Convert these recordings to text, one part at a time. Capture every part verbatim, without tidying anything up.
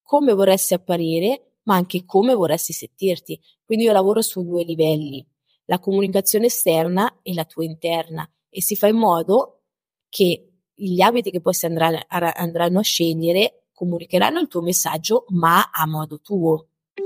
come vorresti apparire, ma anche come vorresti sentirti. Quindi io lavoro su due livelli, la comunicazione esterna e la tua interna, e si fa in modo che gli abiti che poi si andranno a, andranno a scegliere comunicheranno il tuo messaggio, ma a modo tuo.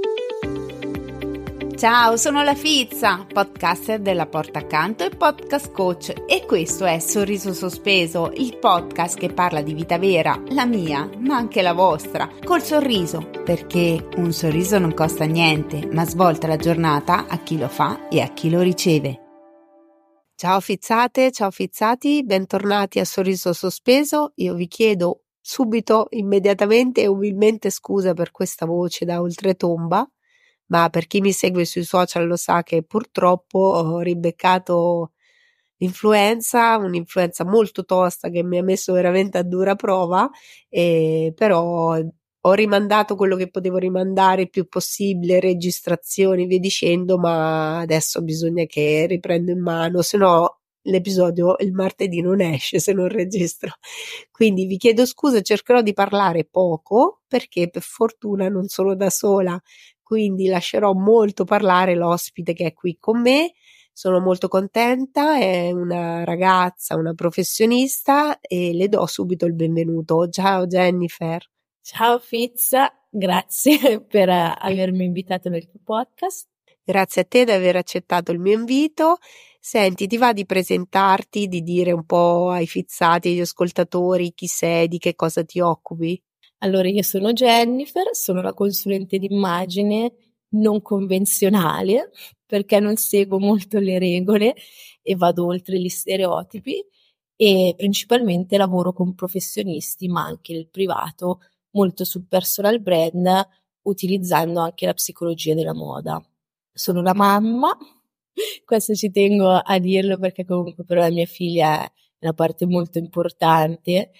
Ciao, sono la Fizza, podcaster della Porta Accanto e podcast coach, e questo è Sorriso Sospeso, il podcast che parla di vita vera, la mia, ma anche la vostra, col sorriso, perché un sorriso non costa niente, ma svolta la giornata a chi lo fa e a chi lo riceve. Ciao fizzate, ciao fizzati, bentornati a Sorriso Sospeso. Io vi chiedo subito, immediatamente e umilmente scusa per questa voce da oltretomba, ma per chi mi segue sui social lo sa che purtroppo ho ribeccato l'influenza, un'influenza molto tosta che mi ha messo veramente a dura prova, e però ho rimandato quello che potevo rimandare il più possibile, registrazioni, via dicendo, ma adesso bisogna che riprendo in mano, se no l'episodio il martedì non esce se non registro. Quindi vi chiedo scusa, cercherò di parlare poco perché per fortuna non sono da sola, quindi lascerò molto parlare l'ospite che è qui con me. Sono molto contenta, è una ragazza, una professionista, e le do subito il benvenuto. Ciao Jennifer. Ciao Fizza, grazie per uh, avermi invitato nel tuo podcast. Grazie a te di aver accettato il mio invito. Senti, ti va di presentarti, di dire un po' ai fizzati, agli ascoltatori chi sei, di che cosa ti occupi? Allora, io sono Jennifer, sono la consulente d'immagine non convenzionale, perché non seguo molto le regole e vado oltre gli stereotipi, e principalmente lavoro con professionisti, ma anche nel privato, molto sul personal brand, utilizzando anche la psicologia della moda. Sono una mamma, questo ci tengo a dirlo perché comunque per la mia figlia è una parte molto importante.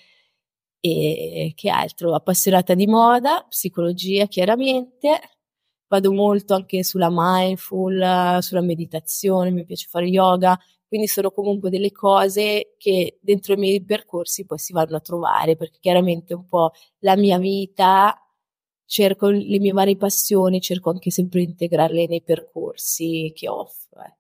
E che altro? Appassionata di moda, psicologia chiaramente, vado molto anche sulla mindful, sulla meditazione, mi piace fare yoga, quindi sono comunque delle cose che dentro i miei percorsi poi si vanno a trovare, perché chiaramente un po' la mia vita, cerco le mie varie passioni, cerco anche sempre di integrarle nei percorsi che offro, ecco.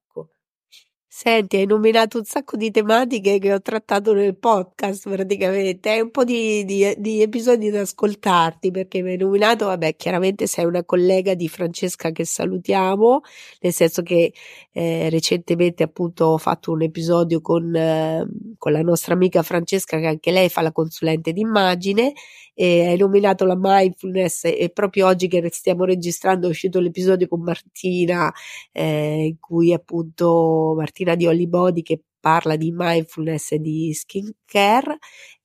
Senti, hai nominato un sacco di tematiche che ho trattato nel podcast praticamente, hai un po' di, di, di episodi da ascoltarti, perché mi hai nominato, vabbè, chiaramente sei una collega di Francesca che salutiamo, nel senso che eh, recentemente appunto ho fatto un episodio con, eh, con la nostra amica Francesca, che anche lei fa la consulente d'immagine, e hai nominato la mindfulness, e proprio oggi che stiamo registrando è uscito l'episodio con Martina, eh, in cui appunto Martina di Holly Body, che parla di mindfulness e di skincare,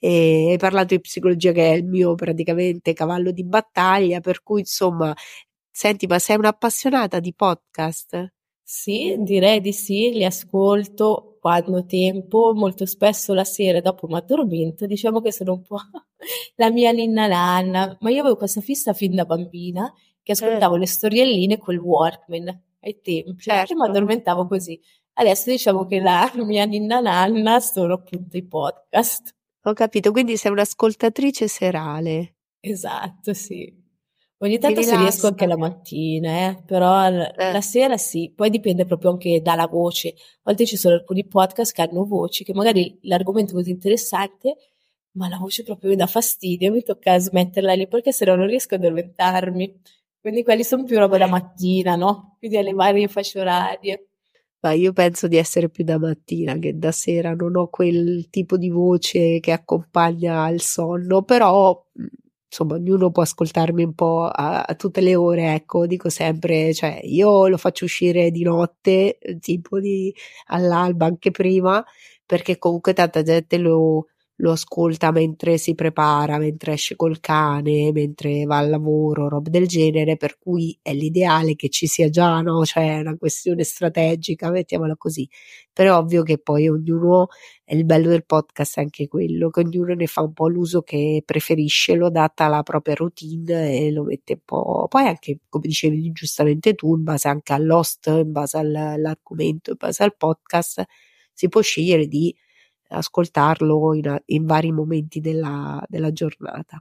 e hai parlato di psicologia, che è il mio praticamente cavallo di battaglia, per cui insomma, senti, ma sei un'appassionata di podcast? Sì, direi di sì, li ascolto quando ho tempo, molto spesso la sera dopo mi addormento, diciamo che sono un po' la mia ninna nanna, ma io avevo questa fissa fin da bambina che ascoltavo Eh, le storielline col Walkman ai tempi e mi certo, addormentavo così. Adesso diciamo che la mia ninna nanna sono appunto i podcast. ho capito, quindi sei un'ascoltatrice serale, Esatto, sì. Ogni ti tanto se riesco anche rilassa. la mattina, eh, però l- Eh. la sera sì, poi dipende proprio anche dalla voce. A volte ci sono alcuni podcast che hanno voci che magari l'argomento è così interessante, ma la voce proprio mi dà fastidio, mi tocca smetterla lì perché se no non riesco ad addormentarmi. Quindi quelli sono più roba da mattina, no? Quindi alle varie fasce orarie. Ma io penso di essere più da mattina che da sera, non ho quel tipo di voce che accompagna il sonno, però mh, insomma ognuno può ascoltarmi un po' a, a tutte le ore, ecco, dico sempre, cioè io lo faccio uscire di notte, eh, tipo di all'alba, anche prima, perché comunque tanta gente lo lo ascolta mentre si prepara, mentre esce col cane, mentre va al lavoro, robe del genere, per cui è l'ideale che ci sia già, no? Cioè è una questione strategica, mettiamola così. Però è ovvio che poi ognuno, è il bello del podcast è anche quello, che ognuno ne fa un po' l'uso che preferisce, lo adatta alla propria routine e lo mette un po', poi anche, come dicevi giustamente tu, in base anche all'host, in base al- all'argomento, in base al podcast, si può scegliere di ascoltarlo in, a- in vari momenti della, della giornata.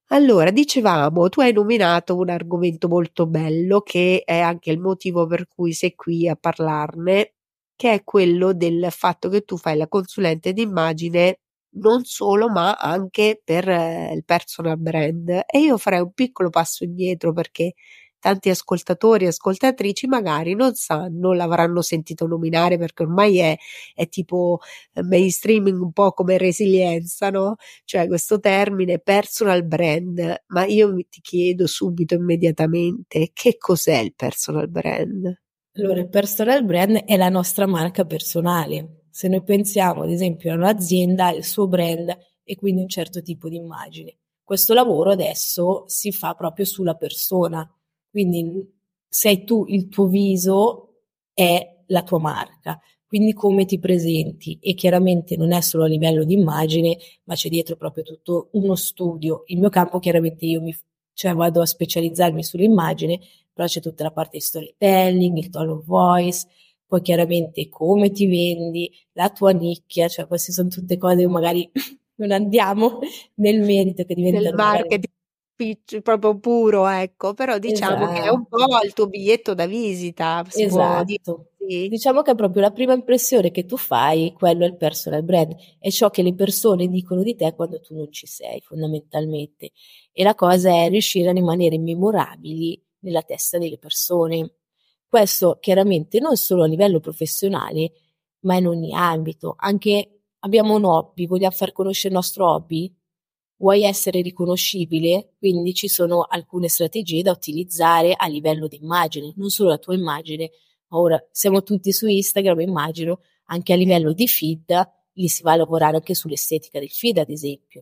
Allora, dicevamo, tu hai nominato un argomento molto bello che è anche il motivo per cui sei qui a parlarne, che è quello del fatto che tu fai la consulente d'immagine non solo, ma anche per eh, il personal brand. E io farei un piccolo passo indietro perché tanti ascoltatori e ascoltatrici magari non sanno, l'avranno sentito nominare perché ormai è, è tipo eh, mainstreaming, un po' come resilienza, no? Cioè questo termine personal brand, ma io mi- ti chiedo subito, immediatamente, che cos'è il personal brand? Allora, il personal brand è la nostra marca personale. Se noi pensiamo, ad esempio, a un'azienda, il suo brand e quindi un certo tipo di immagine. Questo lavoro adesso si fa proprio sulla persona. Quindi sei tu, il tuo viso è la tua marca. Quindi come ti presenti e chiaramente non è solo a livello di immagine, ma c'è dietro proprio tutto uno studio. Il mio campo chiaramente io mi, cioè vado a specializzarmi sull'immagine, però c'è tutta la parte di storytelling, il tone of voice, poi chiaramente come ti vendi, la tua nicchia, cioè queste sono tutte cose che magari non andiamo nel merito, che Del diventano magari... marketing pitch proprio puro, ecco, però diciamo che è un po' Esatto. il tuo biglietto da visita, si può dire Esatto. così? Diciamo che è proprio la prima impressione che tu fai, quello è il personal brand, è ciò che le persone dicono di te quando tu non ci sei, fondamentalmente. E la cosa è riuscire a rimanere memorabili nella testa delle persone. Questo chiaramente non solo a livello professionale, ma in ogni ambito. Anche abbiamo un hobby, vogliamo far conoscere il nostro hobby? Vuoi essere riconoscibile? Quindi ci sono alcune strategie da utilizzare a livello di immagine, non solo la tua immagine, ma ora siamo tutti su Instagram, immagino, anche a livello di feed, lì si va a lavorare anche sull'estetica del feed, ad esempio.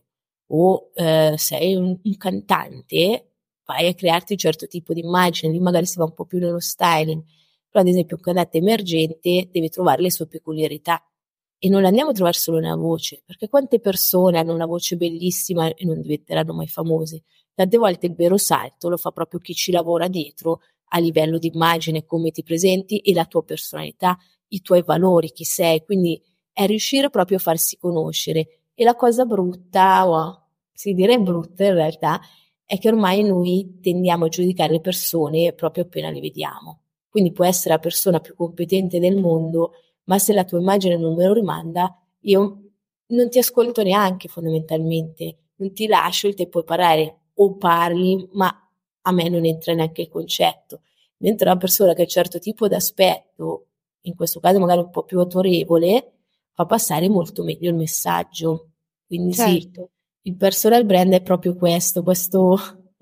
O eh, sei un, un cantante, vai a crearti un certo tipo di immagine, lì magari si va un po' più nello styling, però ad esempio un cantante emergente deve trovare le sue peculiarità. E non la andiamo a trovare solo nella voce, perché quante persone hanno una voce bellissima e non diventeranno mai famose. Tante volte il vero salto lo fa proprio chi ci lavora dietro a livello di immagine, come ti presenti e la tua personalità, i tuoi valori, chi sei. Quindi è riuscire proprio a farsi conoscere. E la cosa brutta, o si direi brutta in realtà, è che ormai noi tendiamo a giudicare le persone proprio appena le vediamo. Quindi può essere la persona più competente del mondo, ma se la tua immagine non me lo rimanda, io non ti ascolto neanche fondamentalmente, non ti lascio, te puoi parlare o parli, ma a me non entra neanche il concetto. Mentre una persona che ha un certo tipo d'aspetto, in questo caso magari un po' più autorevole, fa passare molto meglio il messaggio. Quindi sì, Certo. il personal brand è proprio questo, questo,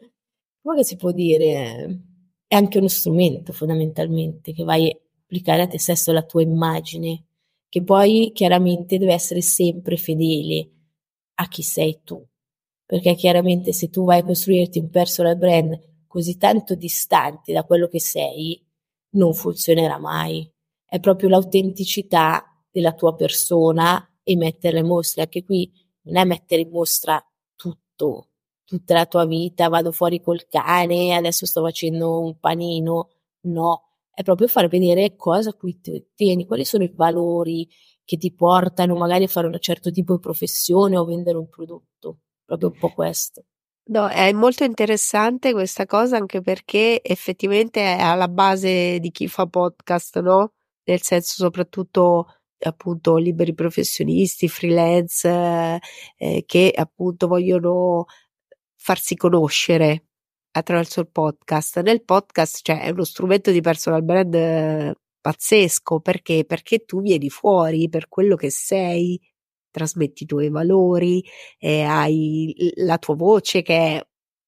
come si può dire? È anche uno strumento fondamentalmente che vai a applicare a te stesso la tua immagine, che poi chiaramente deve essere sempre fedele a chi sei tu, perché chiaramente se tu vai a costruirti un personal brand così tanto distante da quello che sei, non funzionerà mai. È proprio l'autenticità della tua persona e metterla in mostra. Anche qui non è mettere in mostra tutto, tutta la tua vita, vado fuori col cane, adesso sto facendo un panino. No, è proprio far vedere cosa a cui ti tieni, quali sono i valori che ti portano magari a fare un certo tipo di professione o vendere un prodotto. Proprio un po' questo. No, è molto interessante questa cosa anche perché effettivamente è alla base di chi fa podcast, no? Nel senso soprattutto appunto liberi professionisti, freelance, eh, eh, che appunto vogliono farsi conoscere attraverso il podcast. Nel podcast, cioè, è uno strumento di personal brand eh, pazzesco perché? Perché tu vieni fuori per quello che sei, trasmetti i tuoi valori, e hai l- la tua voce che è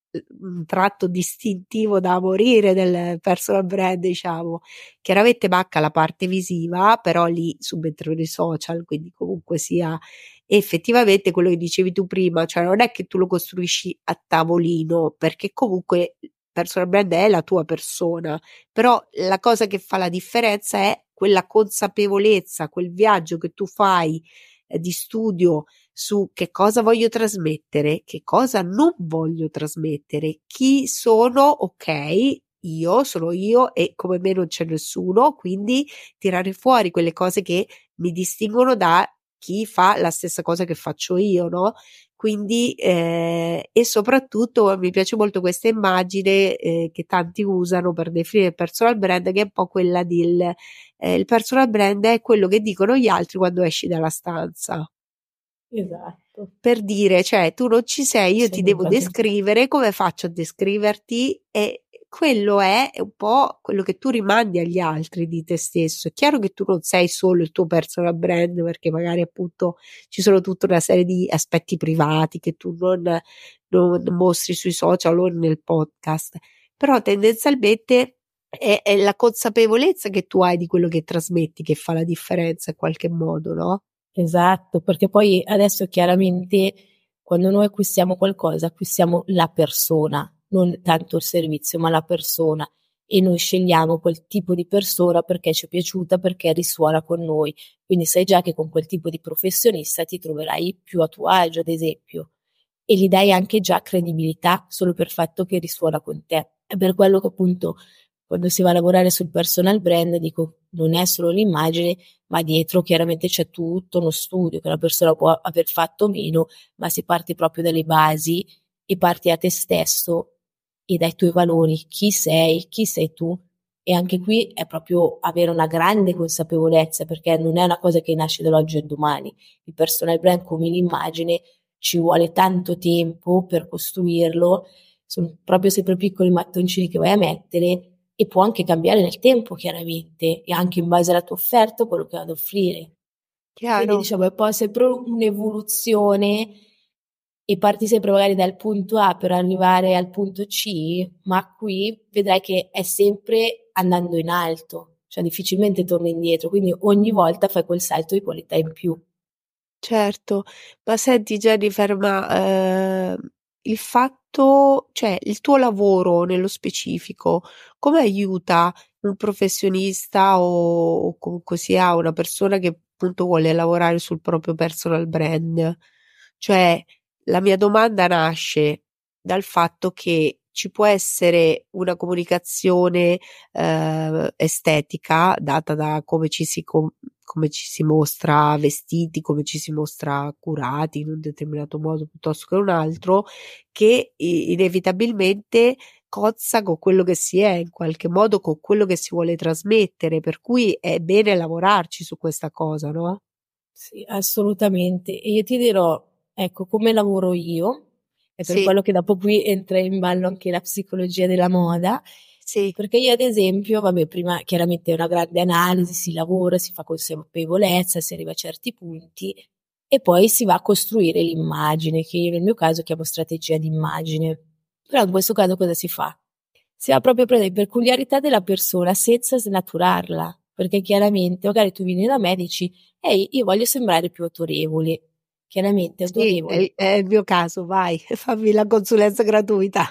un tratto distintivo da morire del personal brand, diciamo. Chiaramente manca la parte visiva, però lì subentrano i social, quindi comunque sia effettivamente quello che dicevi tu prima, cioè non è che tu lo costruisci a tavolino, perché comunque il personal brand è la tua persona, però la cosa che fa la differenza è quella consapevolezza, quel viaggio che tu fai eh, di studio su che cosa voglio trasmettere, che cosa non voglio trasmettere, chi sono, ok, io sono io e come me non c'è nessuno, quindi tirare fuori quelle cose che mi distinguono da chi fa la stessa cosa che faccio io, no? Quindi, eh, e soprattutto mi piace molto questa immagine eh, che tanti usano per definire il personal brand, che è un po' quella del eh, il personal brand è quello che dicono gli altri quando esci dalla stanza. Esatto. Per dire, cioè, tu non ci sei, io Sì, ti devo quasi. descrivere, come faccio a descriverti? E quello è un po' quello che tu rimandi agli altri di te stesso. È chiaro che tu non sei solo il tuo personal brand, perché magari appunto ci sono tutta una serie di aspetti privati che tu non, non mostri sui social o nel podcast, però tendenzialmente è, è la consapevolezza che tu hai di quello che trasmetti che fa la differenza in qualche modo, no? Esatto, perché poi adesso chiaramente quando noi acquistiamo qualcosa, acquistiamo la persona, non tanto il servizio, ma la persona, e noi scegliamo quel tipo di persona perché ci è piaciuta, perché risuona con noi. Quindi sai già che con quel tipo di professionista ti troverai più a tuo agio, ad esempio, e gli dai anche già credibilità solo per il fatto che risuona con te. È per quello che appunto quando si va a lavorare sul personal brand, dico, non è solo l'immagine, ma dietro chiaramente c'è tutto uno studio che la persona può aver fatto meno, ma si parte proprio dalle basi e parti da te stesso e dai tuoi valori, chi sei, chi sei tu. E anche qui è proprio avere una grande consapevolezza, perché non è una cosa che nasce dall'oggi al domani. Il personal brand, come l'immagine, ci vuole tanto tempo per costruirlo, sono proprio sempre piccoli mattoncini che vai a mettere, e può anche cambiare nel tempo, chiaramente, e anche in base alla tua offerta, quello che vado ad offrire. Quindi Chiaro? diciamo è poi sempre un'evoluzione e parti sempre magari dal punto A per arrivare al punto C, ma qui vedrai che è sempre andando in alto, cioè difficilmente torni indietro, quindi ogni volta fai quel salto di qualità in più. Certo, ma senti Jennifer, ma ehm, il fatto, cioè il tuo lavoro nello specifico, come aiuta un professionista o, o comunque sia una persona che appunto vuole lavorare sul proprio personal brand? Cioè, la mia domanda nasce dal fatto che ci può essere una comunicazione eh, estetica data da come ci si, com- come ci si mostra vestiti, come ci si mostra curati in un determinato modo piuttosto che un altro, che i- inevitabilmente cozza con quello che si è, in qualche modo con quello che si vuole trasmettere, per cui è bene lavorarci su questa cosa, no? Sì, assolutamente. E io ti dirò, ecco, come lavoro io, è per Sì, quello che dopo qui entra in ballo anche la psicologia della moda, sì, perché io ad esempio, vabbè, prima chiaramente è una grande analisi, si lavora, si fa consapevolezza, si arriva a certi punti e poi si va a costruire l'immagine, che io nel mio caso chiamo strategia d'immagine. Però in questo caso cosa si fa? Si va proprio a prendere le peculiarità della persona senza snaturarla, perché chiaramente magari tu vieni da me e dici ehi, io voglio sembrare più autorevole. Chiaramente sì, è, autorevole. è il mio caso, vai, fammi la consulenza gratuita.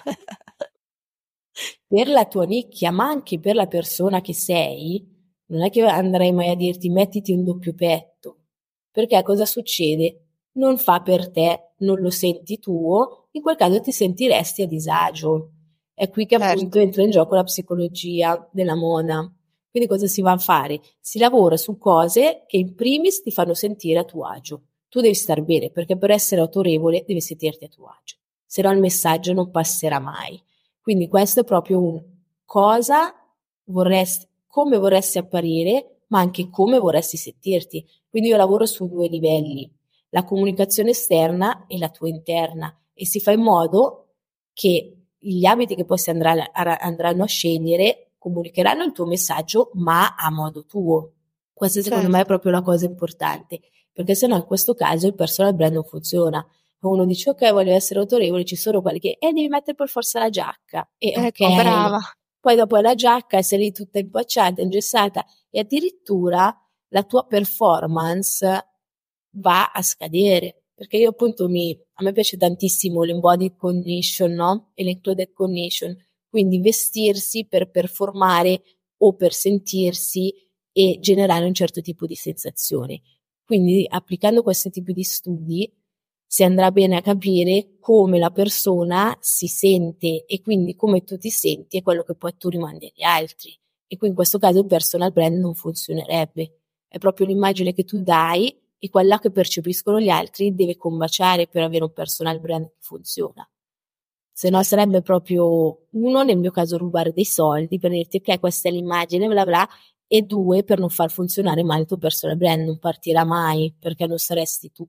Per la tua nicchia, ma anche per la persona che sei, non è che andrei mai a dirti mettiti un doppio petto, perché cosa succede? Non fa per te, non lo senti tuo, in quel caso ti sentiresti a disagio. È qui che appunto Certo, entra in gioco la psicologia della moda. Quindi cosa si va a fare? Si lavora su cose che in primis ti fanno sentire a tuo agio. Tu devi star bene, perché per essere autorevole devi sentirti a tuo agio, se no il messaggio non passerà mai. Quindi questo è proprio un cosa vorresti, come vorresti apparire, ma anche come vorresti sentirti. Quindi io lavoro su due livelli, la comunicazione esterna e la tua interna, e si fa in modo che gli abiti che poi si andrà- andranno a scegliere comunicheranno il tuo messaggio, ma a modo tuo. Questa secondo me è certo. proprio la cosa importante, perché sennò in questo caso il personal brand non funziona. Uno dice ok, voglio essere autorevole, ci sono quelli che eh, devi mettere per forza la giacca, e Ecco, ok, brava. poi dopo la giacca sei lì tutta impacciata, ingessata, e addirittura la tua performance va a scadere, perché io appunto mi, a me piace tantissimo l'embodied cognition, no? E l'included cognition, quindi vestirsi per performare o per sentirsi e generare un certo tipo di sensazioni. Quindi applicando questi tipi di studi si andrà bene a capire come la persona si sente, e quindi come tu ti senti è quello che poi tu rimandi agli altri. E qui in questo caso il personal brand non funzionerebbe. È proprio l'immagine che tu dai e quella che percepiscono gli altri deve combaciare per avere un personal brand che funziona. Se no sarebbe proprio, uno, nel mio caso, rubare dei soldi per dirti ok, questa è l'immagine, bla bla, e due, per non far funzionare mai il tuo personal brand, non partirà mai, perché non saresti tu.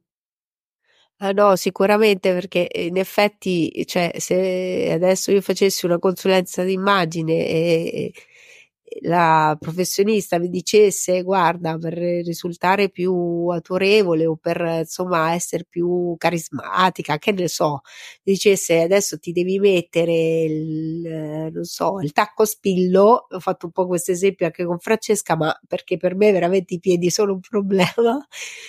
Ah no, sicuramente, perché in effetti, cioè, se adesso io facessi una consulenza d'immagine e, e la professionista mi dicesse guarda, per risultare più autorevole o per insomma essere più carismatica, che ne so, mi dicesse adesso ti devi mettere il, non so, il tacco spillo, ho fatto un po' questo esempio anche con Francesca, ma perché per me veramente i piedi sono un problema,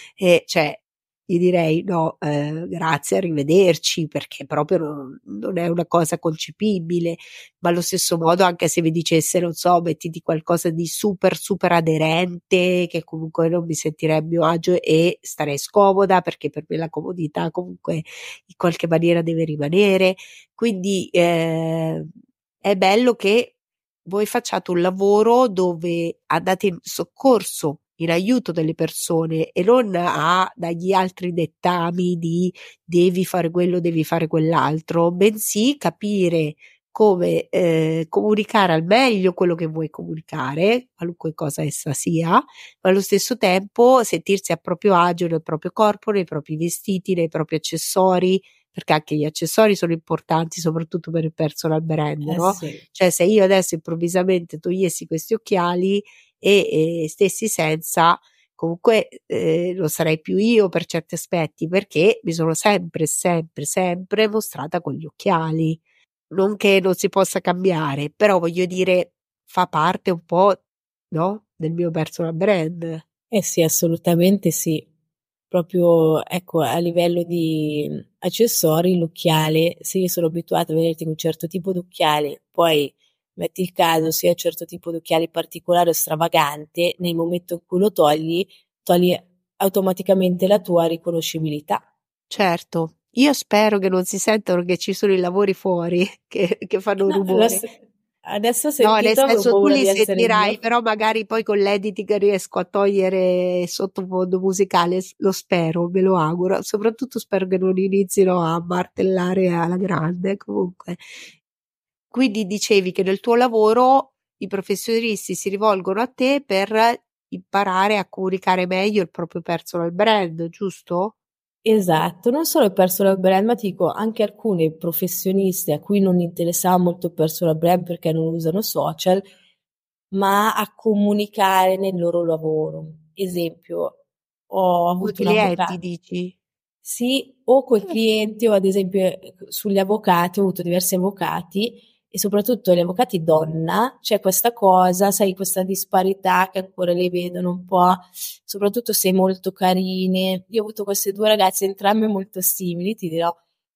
e cioè gli direi no, eh, grazie, arrivederci, perché proprio non, non è una cosa concepibile. Ma allo stesso modo, anche se mi dicesse, non so, mettiti qualcosa di super super aderente, che comunque non mi sentirei a mio agio e starei scomoda, perché per me la comodità comunque in qualche maniera deve rimanere. Quindi eh, è bello che voi facciate un lavoro dove andate in soccorso, in aiuto delle persone, e non a dagli altri dettami di devi fare quello, devi fare quell'altro, bensì capire come eh, comunicare al meglio quello che vuoi comunicare, qualunque cosa essa sia, ma allo stesso tempo sentirsi a proprio agio nel proprio corpo, nei propri vestiti, nei propri accessori, perché anche gli accessori sono importanti, soprattutto per il personal brand, Eh no? sì. Cioè, se io adesso improvvisamente togliessi questi occhiali e, e stessi senza, comunque eh, lo sarei più io per certi aspetti, perché mi sono sempre, sempre, sempre mostrata con gli occhiali. Non che non si possa cambiare, però voglio dire, fa parte un po', no? Del mio personal brand. Eh sì, assolutamente sì. Proprio, ecco, a livello di accessori, l'occhiale, se io sono abituata a vederti con un certo tipo di occhiali, poi metti il caso sia un certo tipo di occhiali particolare o stravagante, nel momento in cui lo togli, togli automaticamente la tua riconoscibilità. Certo, io spero che non si sentano che ci sono i lavori fuori che, che fanno No, lo rumore. s- adesso ho No, nel sentito, avevo senso tu paura li di essere sentirai, io. però magari poi con l'editing riesco a togliere il sottofondo musicale, s- lo spero, me lo auguro, soprattutto spero che non inizino a martellare alla grande, comunque. Quindi dicevi che nel tuo lavoro i professionisti si rivolgono a te per imparare a comunicare meglio il proprio personal brand, giusto? Esatto, non solo il personal brand, ma ti dico anche alcune professioniste a cui non interessava molto il personal brand perché non usano social, ma a comunicare nel loro lavoro. Esempio, ho Con i avuto un clienti, avvocato. dici? Sì, o coi Eh, clienti o ad esempio eh, sugli avvocati, ho avuto diversi avvocati e soprattutto gli avvocati donna, c'è questa cosa, sai, questa disparità che ancora le vedono un po', soprattutto se molto carine. Io ho avuto queste due ragazze, entrambe molto simili, ti dirò,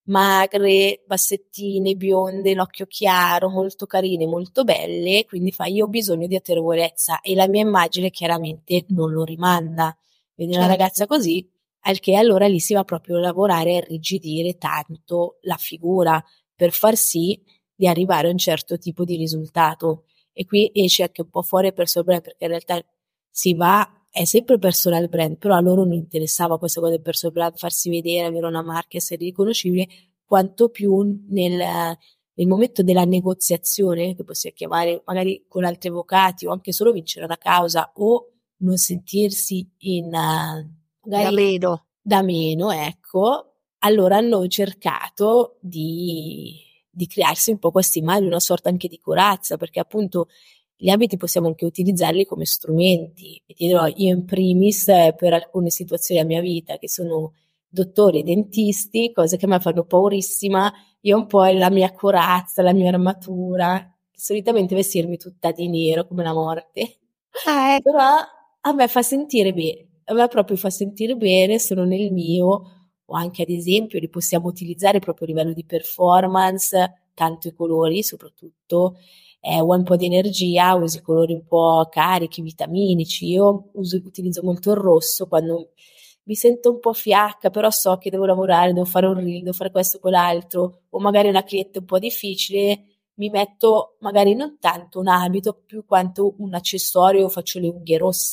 magre, bassettine, bionde, l'occhio chiaro, molto carine, molto belle, quindi fai, io ho bisogno di autorevolezza e la mia immagine chiaramente non lo rimanda. Vedi una certo. ragazza così, al che allora lì si va proprio a lavorare e irrigidire tanto la figura per far sì di arrivare a un certo tipo di risultato. E qui esce anche un po' fuori il personal brand, perché in realtà si va, è sempre personal brand, però a loro non interessava questa cosa del personal brand, farsi vedere, avere una marca, essere riconoscibile, quanto più nel, nel momento della negoziazione, che possiamo chiamare magari con altri avvocati o anche solo vincere una causa o non sentirsi in, uh, Da magari meno. da meno, ecco, allora hanno cercato di, di crearsi un po' questa immagine, una sorta anche di corazza, perché appunto gli abiti possiamo anche utilizzarli come strumenti. E ti dirò, io in primis, eh, per alcune situazioni della mia vita, che sono dottori e dentisti, cose che mi fanno paurissima, io un po' è la mia corazza, la mia armatura, solitamente vestirmi tutta di nero come la morte. Ah, ecco. Però a me fa sentire bene, a me proprio fa sentire bene, sono nel mio, o anche ad esempio li possiamo utilizzare proprio a livello di performance, tanto i colori soprattutto, eh, vuoi un po' di energia, usi colori un po' carichi, vitaminici, io uso, utilizzo molto il rosso quando mi sento un po' fiacca, però so che devo lavorare, devo fare un reel, devo fare questo o quell'altro, o magari una cliente un po' difficile, mi metto magari non tanto un abito, più quanto un accessorio, faccio le unghie rosse,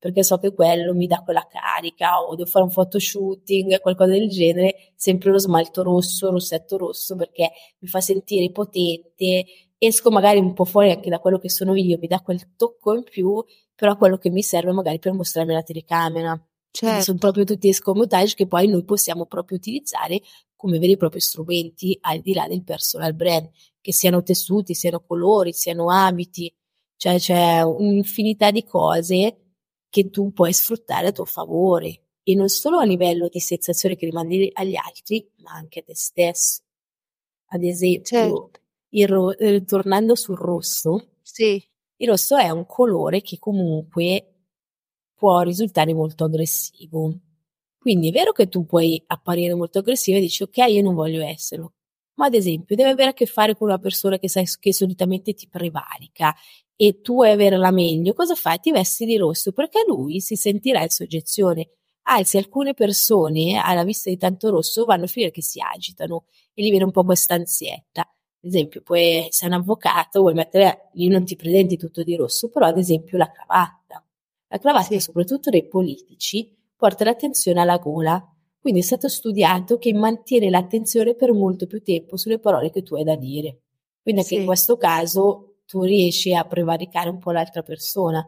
perché so che quello mi dà quella carica, o devo fare un photoshooting, qualcosa del genere, sempre lo smalto rosso, rossetto rosso, perché mi fa sentire potente, esco magari un po' fuori anche da quello che sono io, mi dà quel tocco in più, però quello che mi serve magari per mostrarmi la telecamera. Quindi sono Certo. proprio tutti escamotage che poi noi possiamo proprio utilizzare come veri e propri strumenti al di là del personal brand, che siano tessuti, siano colori, siano abiti, cioè c'è un'infinità di cose che tu puoi sfruttare a tuo favore, e non solo a livello di sensazione che rimandi agli altri, ma anche a te stesso. Ad esempio, Certo. il ro- eh, tornando sul rosso, Sì, il rosso è un colore che comunque può risultare molto aggressivo. Quindi è vero che tu puoi apparire molto aggressiva e dici ok, io non voglio esserlo, ma ad esempio deve avere a che fare con una persona che sai che solitamente ti prevarica e tu vuoi averla meglio, cosa fai? Ti vesti di rosso perché lui si sentirà in soggezione. Anzi, alcune persone alla vista di tanto rosso vanno a finire che si agitano e gli viene un po' questa ansietta. Ad esempio, poi sei un avvocato, vuoi mettere, lì non ti presenti tutto di rosso, però ad esempio la cravatta. La cravatta, sì, soprattutto dei politici, porta l'attenzione alla gola. Quindi è stato studiato che mantiene l'attenzione per molto più tempo sulle parole che tu hai da dire. Quindi anche in sì. questo caso tu riesci a prevaricare un po' l'altra persona.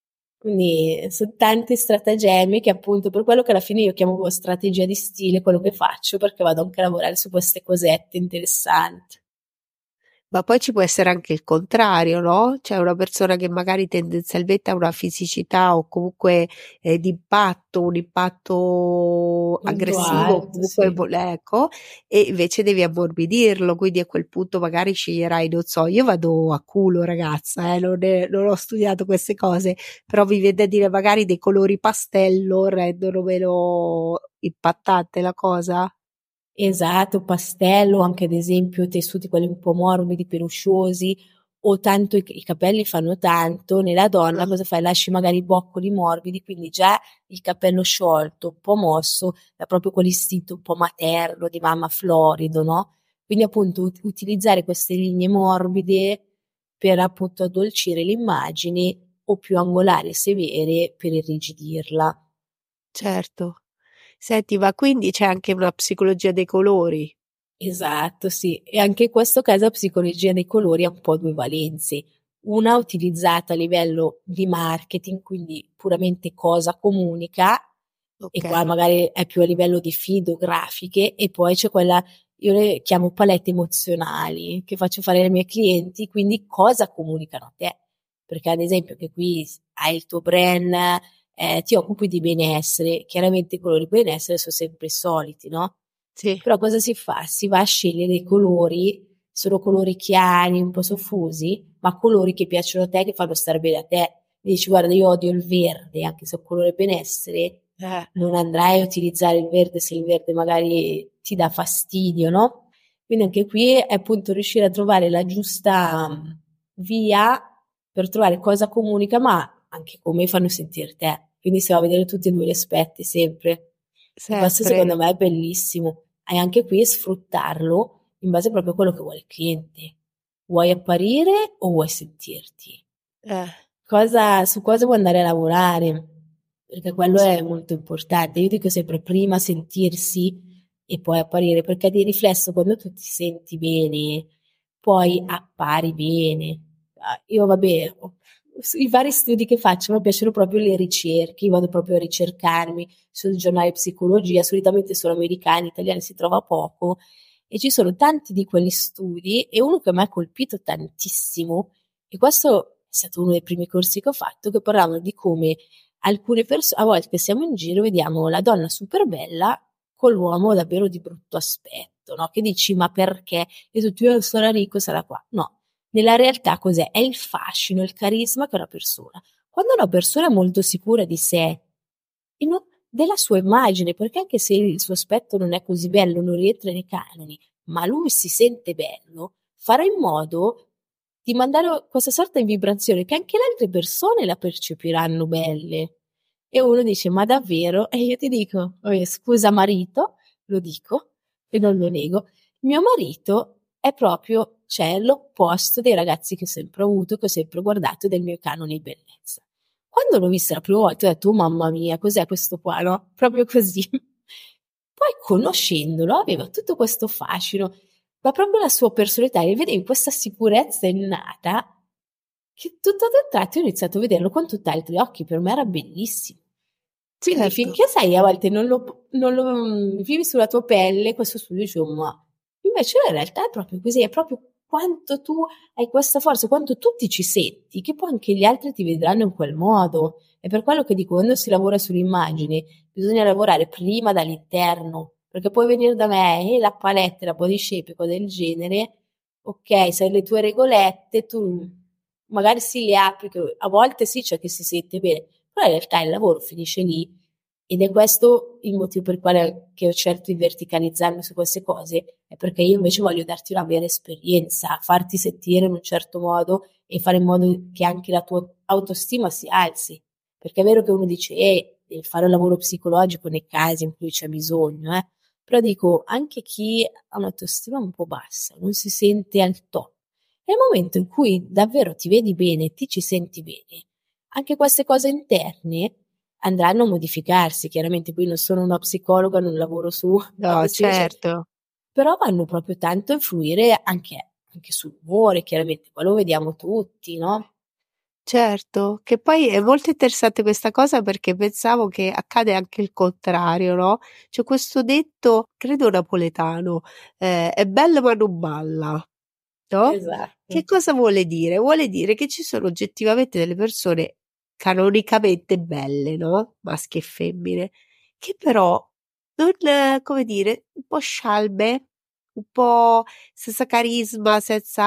Quindi sono tanti stratagemmi che appunto per quello che alla fine io chiamo strategia di stile, quello che faccio, perché vado anche a lavorare su queste cosette interessanti. Ma poi ci può essere anche il contrario, no, cioè una persona che magari tendenzialmente ha una fisicità o comunque, ehm, d'impatto, un impatto Molto aggressivo, alto, comunque sì. vo ecco, e invece devi ammorbidirlo, quindi a quel punto magari sceglierai, non so, io vado a culo ragazza, eh, non è non ho studiato queste cose, però mi viene da dire magari dei colori pastello rendono meno impattante la cosa? Esatto, pastello, anche ad esempio tessuti quelli un po' morbidi, pelusciosi, o tanto i, i capelli fanno tanto, nella donna Ah, cosa fai? Lasci magari i boccoli morbidi, quindi già il capello sciolto, un po' mosso, dà proprio quell'istinto un po' materno, di mamma florido, no? Quindi appunto ut- utilizzare queste linee morbide per appunto addolcire l'immagine o più angolari e severe per irrigidirla. certo. Senti, ma quindi c'è anche una psicologia dei colori? Esatto, sì. E anche in questo caso la psicologia dei colori ha un po' due valenze. Una utilizzata a livello di marketing, quindi puramente cosa comunica, e qua Okay, magari è più a livello di feed grafiche, e poi c'è quella, io le chiamo palette emozionali, che faccio fare ai miei clienti, quindi cosa comunicano a te. Perché ad esempio che qui hai il tuo brand, eh, ti occupi di benessere, chiaramente i colori benessere sono sempre i soliti, no? sì, Però cosa si fa? Si va a scegliere i colori, sono colori chiari, un po' soffusi, ma colori che piacciono a te, che fanno stare bene a te. Mi dici, guarda, io odio il verde, anche se è un colore benessere, eh, non andrai a utilizzare il verde se il verde magari ti dà fastidio, no? Quindi anche qui è appunto riuscire a trovare la giusta mm, via per trovare cosa comunica, ma anche come fanno sentire te. Quindi si va a vedere tutti e due gli aspetti sempre. E questo sempre, secondo me è bellissimo. E anche qui sfruttarlo in base proprio a quello che vuole il cliente. Vuoi apparire o vuoi sentirti? eh, Cosa, su cosa vuoi andare a lavorare? Perché quello s è molto importante. Io dico sempre prima sentirsi e poi apparire, perché di riflesso quando tu ti senti bene, poi appari bene. Ah, io vabbè, ho- i vari studi che faccio mi piacciono proprio le ricerche, io vado proprio a ricercarmi sui giornali di psicologia, solitamente sono americani, italiani si trova poco, e ci sono tanti di quegli studi, e uno che mi ha colpito tantissimo, e questo è stato uno dei primi corsi che ho fatto, che parlavano di come alcune persone, a volte siamo in giro, vediamo la donna super bella con l'uomo davvero di brutto aspetto, no? Che dici, ma perché? E tutti, io sarà ricco, sarà qua. No, nella realtà cos'è? È il fascino, il carisma che ha una persona. Quando una persona è molto sicura di sé, e non- della sua immagine, perché anche se il suo aspetto non è così bello, non rientra nei canoni, ma lui si sente bello, farà in modo di mandare questa sorta di vibrazione che anche le altre persone la percepiranno belle. E uno dice, ma davvero? E io ti dico, "Oh, scusa marito, lo dico e non lo nego, mio marito è proprio, cioè, l'opposto dei ragazzi che ho sempre avuto, che ho sempre guardato del mio canone di bellezza. Quando l'ho vista la prima volta ho detto: "Oh mamma mia, cos'è questo qua", no, proprio così. Poi conoscendolo aveva tutto questo fascino, ma proprio la sua personalità, e vedevi questa sicurezza innata che tutto ad un tratto ho iniziato a vederlo con tutt'altri occhi, per me era bellissimo. Quindi Certo. finché sai a volte non lo non lo, mhmm, vivi sulla tua pelle questo studio dici: "Oh ma", invece in realtà è proprio così, è proprio quanto tu hai questa forza, quanto tu ti ci senti, che poi anche gli altri ti vedranno in quel modo. È per quello che dico, quando si lavora sulle immagini bisogna lavorare prima dall'interno, perché puoi venire da me e la palette, la body shape e cose del genere, okay, sai le tue regolette, tu magari sì le applichi, a volte sì c'è chi si sente bene, però in realtà il lavoro finisce lì, ed è questo il motivo per il quale che ho scelto di verticalizzarmi su queste cose, è perché io invece voglio darti una vera esperienza, farti sentire in un certo modo e fare in modo che anche la tua autostima si alzi. Perché è vero che uno dice, eh, devi fare un lavoro psicologico nei casi in cui c'è bisogno, eh. Però dico, anche chi ha un'autostima un po' bassa, non si sente al top, nel momento in cui davvero ti vedi bene, ti ci senti bene, anche queste cose interne andranno a modificarsi. Chiaramente qui non sono una psicologa, non lavoro su No, autostima, cioè, certo. però vanno proprio tanto a influire anche, anche sull'umore, chiaramente, quello lo vediamo tutti, no? Certo, che poi è molto interessante questa cosa perché pensavo che accade anche il contrario, no? C'è questo detto, credo napoletano, eh, è bello ma non balla, no? Esatto. Che cosa vuole dire? Vuole dire che ci sono oggettivamente delle persone canonicamente belle, no? Maschi e femmine, che però non, eh, come dire, un po' scialbe, un po' senza carisma,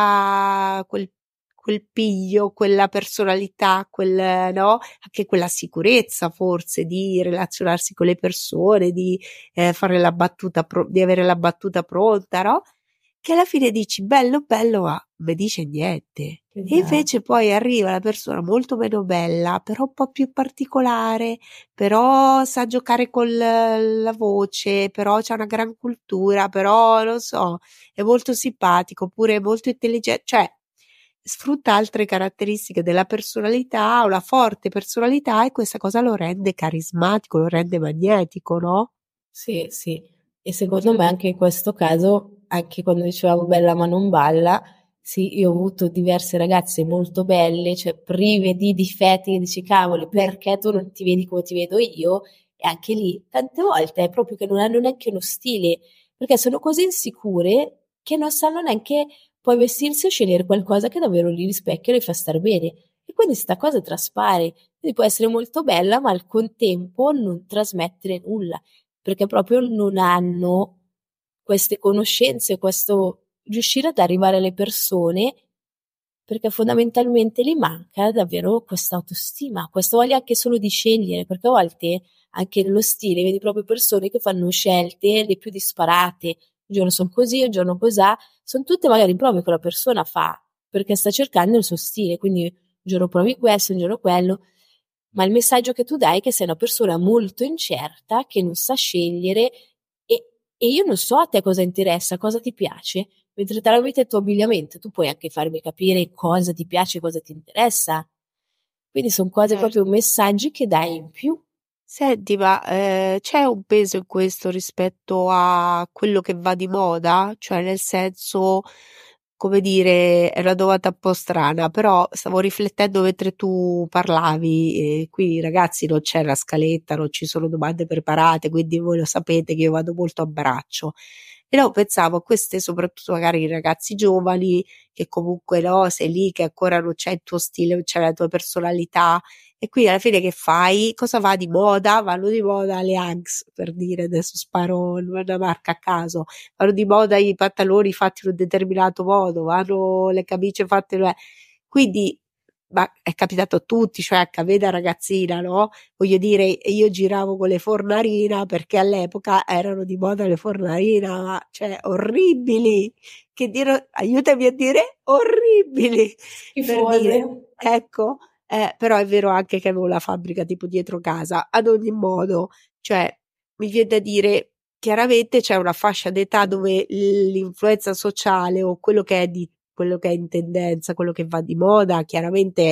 senza quel quel piglio, quella personalità, quel, no? Anche quella sicurezza forse di relazionarsi con le persone, di eh, fare la battuta, pro- di avere la battuta pronta, no? Che alla fine dici bello, bello, ma non mi dice niente. E Esatto. invece poi arriva la persona molto meno bella, però un po' più particolare, però sa giocare con la voce, però c'ha una gran cultura, però non so, è molto simpatico, oppure è molto intelligente, cioè sfrutta altre caratteristiche della personalità, una forte personalità e questa cosa lo rende carismatico, lo rende magnetico, no? Sì, sì. E secondo me anche in questo caso, anche quando dicevamo bella ma non balla, sì, io ho avuto diverse ragazze molto belle, cioè prive di difetti, che dici, cavoli, perché tu non ti vedi come ti vedo io? E anche lì, tante volte è proprio che non hanno neanche uno stile, perché sono così insicure che non sanno neanche poi vestirsi o scegliere qualcosa che davvero li rispecchia e li fa star bene. E quindi sta cosa traspare. Quindi può essere molto bella, ma al contempo non trasmettere nulla, perché proprio non hanno queste conoscenze, questo riuscire ad arrivare alle persone, perché fondamentalmente gli manca davvero questa autostima, questa voglia anche solo di scegliere, perché a volte anche nello stile vedi proprio persone che fanno scelte le più disparate, un giorno sono così, un giorno cos'ha, sono tutte magari prove che la persona fa, perché sta cercando il suo stile, quindi un giorno provi questo, un giorno quello, ma il messaggio che tu dai è che sei una persona molto incerta, che non sa scegliere, e, e io non so a te cosa interessa, cosa ti piace, mentre tramite il tuo abbigliamento tu puoi anche farmi capire cosa ti piace, cosa ti interessa. Quindi sono cose proprio Certo. messaggi che dai in più. Senti, ma eh, c'è un peso in questo rispetto a quello che va di moda? Cioè, nel senso, come dire, è una domanda un po' strana, però stavo riflettendo mentre tu parlavi, e qui ragazzi non c'è la scaletta, non ci sono domande preparate, quindi voi lo sapete che io vado molto a braccio. Però pensavo a queste, soprattutto magari i ragazzi giovani, che comunque no, sei lì che ancora non c'è il tuo stile, non c'è la tua personalità, e quindi alla fine che fai? Cosa va di moda? Vanno di moda le Uggs, per dire, adesso sparo una marca a caso, vanno di moda i pantaloni fatti in un determinato modo, vanno le camicie fatte, in- quindi, ma è capitato a tutti, cioè anche a me da ragazzina, no? Voglio dire, io giravo con le fornarina perché all'epoca erano di moda le fornarina, ma cioè orribili, che dire, aiutami a dire orribili, per Schifose. dire, ecco. Eh, però è vero anche che avevo la fabbrica tipo dietro casa. Ad ogni modo, cioè, mi viene da dire, chiaramente c'è una fascia d'età dove l'influenza sociale o quello che è di quello che è in tendenza, quello che va di moda, chiaramente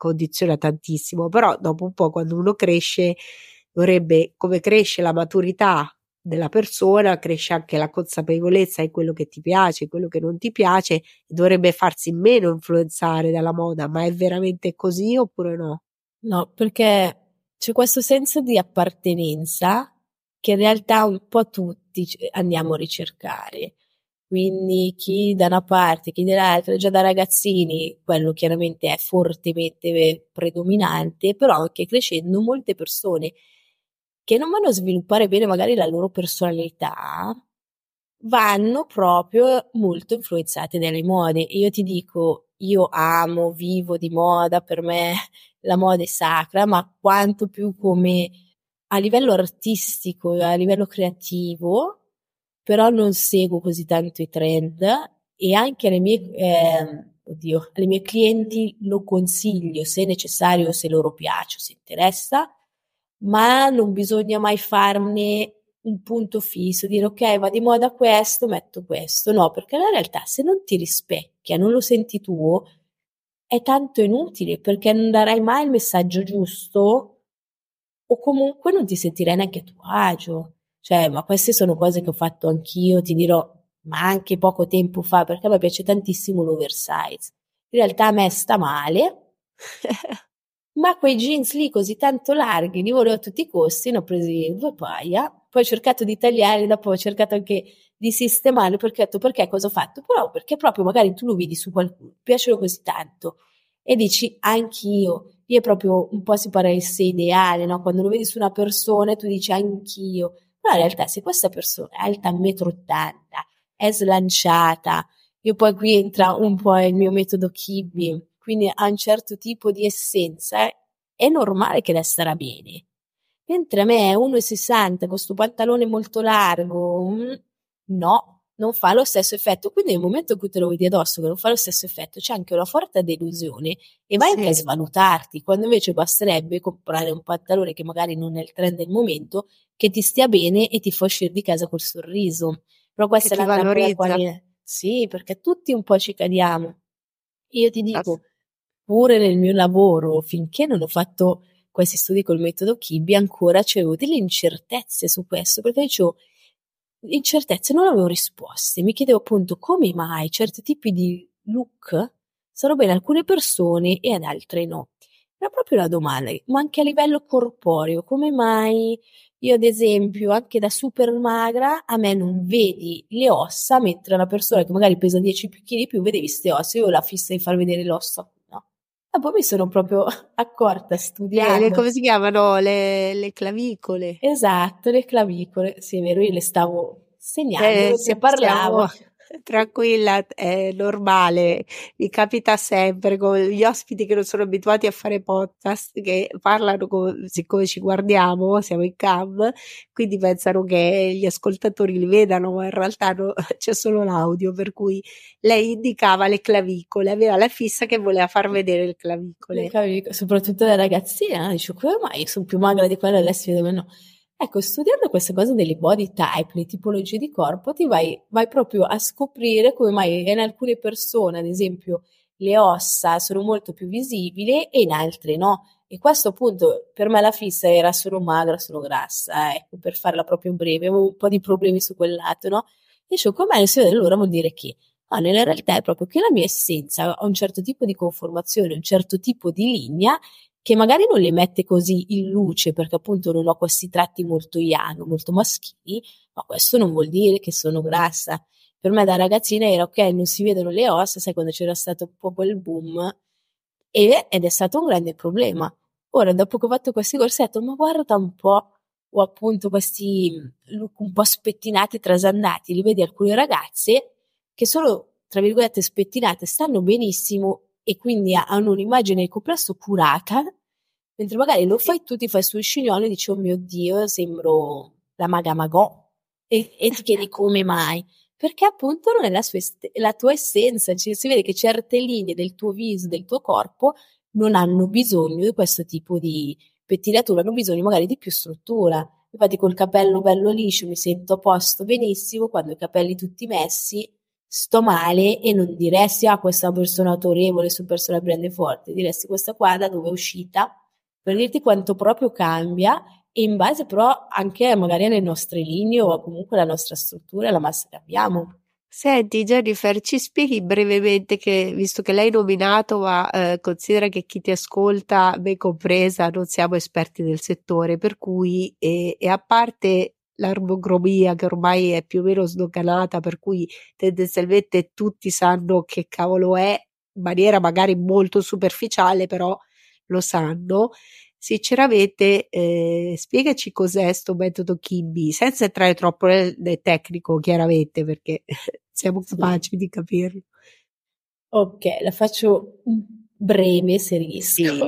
condiziona tantissimo, però dopo un po', quando uno cresce, dovrebbe, come cresce la maturità della persona, cresce anche la consapevolezza in quello che ti piace, in quello che non ti piace, dovrebbe farsi meno influenzare dalla moda. Ma è veramente così oppure no? No, perché c'è questo senso di appartenenza che in realtà un po' tutti c- andiamo a ricercare. Quindi chi da una parte, chi dall'altra, già da ragazzini, quello chiaramente è fortemente predominante, però anche crescendo molte persone che non vanno a sviluppare bene magari la loro personalità, vanno proprio molto influenzate dalle mode. E io ti dico, io amo, vivo di moda, per me la moda è sacra, ma quanto più come a livello artistico, a livello creativo, però non seguo così tanto i trend e anche alle mie, eh, oddio, alle mie clienti lo consiglio se è necessario, se loro piace, se interessa, ma non bisogna mai farne un punto fisso, dire ok, va di moda questo, metto questo. No, perché in realtà se non ti rispecchia, non lo senti tuo, è tanto inutile perché non darai mai il messaggio giusto o comunque non ti sentirai neanche a tuo agio. Cioè, ma queste sono cose che ho fatto anch'io, ti dirò, ma anche poco tempo fa, perché a me piace tantissimo l'oversize. In realtà a me sta male, ma quei jeans lì così tanto larghi, li volevo a tutti i costi, ne ho presi due paia, poi ho cercato di tagliarli, dopo ho cercato anche di sistemarli, perché ho detto, perché cosa ho fatto? Però perché proprio magari tu lo vedi su qualcuno, piacciono così tanto, e dici, anch'io, lì è proprio un po' si parla di sé ideale, no? Quando lo vedi su una persona e tu dici, anch'io, però in realtà se questa persona è alta un metro e ottanta, è slanciata, io poi qui entra un po' il mio metodo Kibbe, quindi ha un certo tipo di essenza, eh, è normale che lei starà bene. Mentre a me uno e sessanta con sto pantalone molto largo, mm, no, non fa lo stesso effetto. Quindi nel momento in cui te lo vedi addosso che non fa lo stesso effetto, c'è anche una forte delusione e vai anche a Sì, svalutarti, quando invece basterebbe comprare un pantalone che magari non è il trend del momento, che ti stia bene e ti fa uscire di casa col sorriso. Però che questa è ti la trappola alla valorizza. quale sì, perché tutti un po' ci cadiamo. Io ti Ass- dico, pure nel mio lavoro, finché non ho fatto questi studi col metodo Kibbe, ancora c'avevo delle incertezze su questo, perché dicevo, incertezze, non avevo risposte. Mi chiedevo appunto come mai certi tipi di look sono bene ad alcune persone e ad altre no. Era proprio la domanda, ma anche a livello corporeo, come mai io ad esempio, anche da super magra, a me non vedi le ossa, mentre una persona che magari pesa dieci chili di più, vedevi ste ossa, io ho la fissa di far vedere l'ossa, no? E poi mi sono proprio accorta, le, le- studiando. come si chiamano? Le, le clavicole. Esatto, le clavicole, sì, è vero, io le stavo segnando Eh, mentre sia- parlavo. siamo tranquilla, è normale, mi capita sempre con gli ospiti che non sono abituati a fare podcast, che parlano, co- siccome ci guardiamo, siamo in cam, quindi pensano che gli ascoltatori li vedano, ma in realtà no, c'è solo l'audio, per cui lei indicava le clavicole, aveva la fissa che voleva far vedere le Le clavicole. clavicole, soprattutto le ragazzine, no? Dicevo, come mai sono più magra di quella e lei si vede meno? Ecco, studiando queste cose delle body type, le tipologie di corpo, ti vai, vai proprio a scoprire come mai in alcune persone, ad esempio, le ossa sono molto più visibili e in altre no. E questo appunto per me la fissa era solo magra, solo grassa, ecco, per farla proprio breve, avevo un po' di problemi su quel lato, no? E dicevo, come mai non si vede allora vuol dire che no, nella realtà è proprio che la mia essenza ha un certo tipo di conformazione, un certo tipo di linea che magari non le mette così in luce perché appunto non ho questi tratti molto young, molto maschili, ma questo non vuol dire che sono grassa. Per me da ragazzina era ok, non si vedono le ossa, sai quando c'era stato un po' quel boom e- ed è stato un grande problema. Ora, dopo che ho fatto questi corsi, ho detto, ma guarda un po', ho appunto questi look un po' spettinati, trasandati, li vedi alcune ragazze che sono, tra virgolette, spettinate, stanno benissimo e quindi ha- hanno un'immagine del complesso curata, mentre magari lo Sì. fai tu, ti fai sul sciglione e dici, oh mio Dio, sembro la Maga Magò. E, e ti chiedi come mai? Perché appunto non è la, sua est- la tua essenza, ci, si vede che certe linee del tuo viso, del tuo corpo, non hanno bisogno di questo tipo di pettinatura, hanno bisogno magari di più struttura. Infatti col capello bello liscio mi sento a posto benissimo, quando ho i capelli tutti messi sto male e non diresti ah questa persona autorevole, su persona prende forte, diresti questa qua da dove è uscita, per dirti quanto proprio cambia e in base però anche magari alle nostre linee o comunque alla nostra struttura e la massa che abbiamo. Senti Jennifer, ci spieghi brevemente che, visto che l'hai nominato, ma eh, considera che chi ti ascolta, me compresa, non siamo esperti del settore, per cui e, e a parte l'armogromia che ormai è più o meno sdoganata, per cui tendenzialmente tutti sanno che cavolo è, in maniera magari molto superficiale, però lo sanno. Sinceramente, eh, spiegaci cos'è sto metodo Kimby, senza entrare troppo nel, nel tecnico, chiaramente, perché siamo Sì. capaci di capirlo. Ok, la faccio breve se riesco. Sì.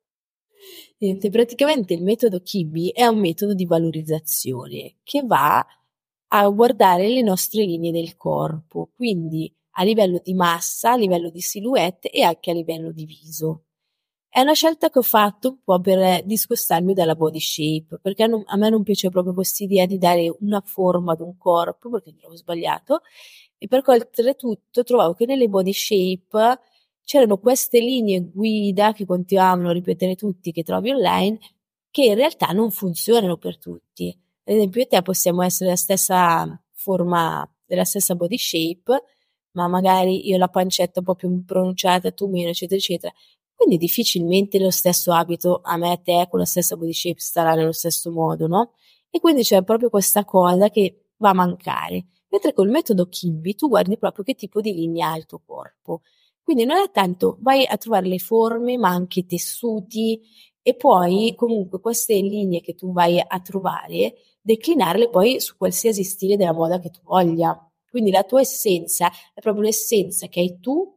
Niente, praticamente il metodo Kimby è un metodo di valorizzazione che va a guardare le nostre linee del corpo, quindi a livello di massa, a livello di silhouette e anche a livello di viso. È una scelta che ho fatto un po' per discostarmi dalla body shape, perché non- a me non piace proprio questa idea di dare una forma ad un corpo, perché trovo sbagliato, e perché oltretutto trovavo che nelle body shape c'erano queste linee guida che continuavano a ripetere tutti, che trovi online, che in realtà non funzionano per tutti. Ad esempio, io e te possiamo essere la stessa forma, della stessa body shape, ma magari io ho la pancetta un po' più pronunciata, tu meno, eccetera, eccetera. Quindi difficilmente lo stesso abito a me e te con la stessa body shape starà nello stesso modo, no? E quindi c'è proprio questa cosa che va a mancare. Mentre col metodo Kimby tu guardi proprio che tipo di linea ha il tuo corpo. Quindi non è tanto vai a trovare le forme, ma anche i tessuti e poi comunque queste linee che tu vai a trovare, declinarle poi su qualsiasi stile della moda che tu voglia. Quindi la tua essenza è proprio l'essenza che hai tu,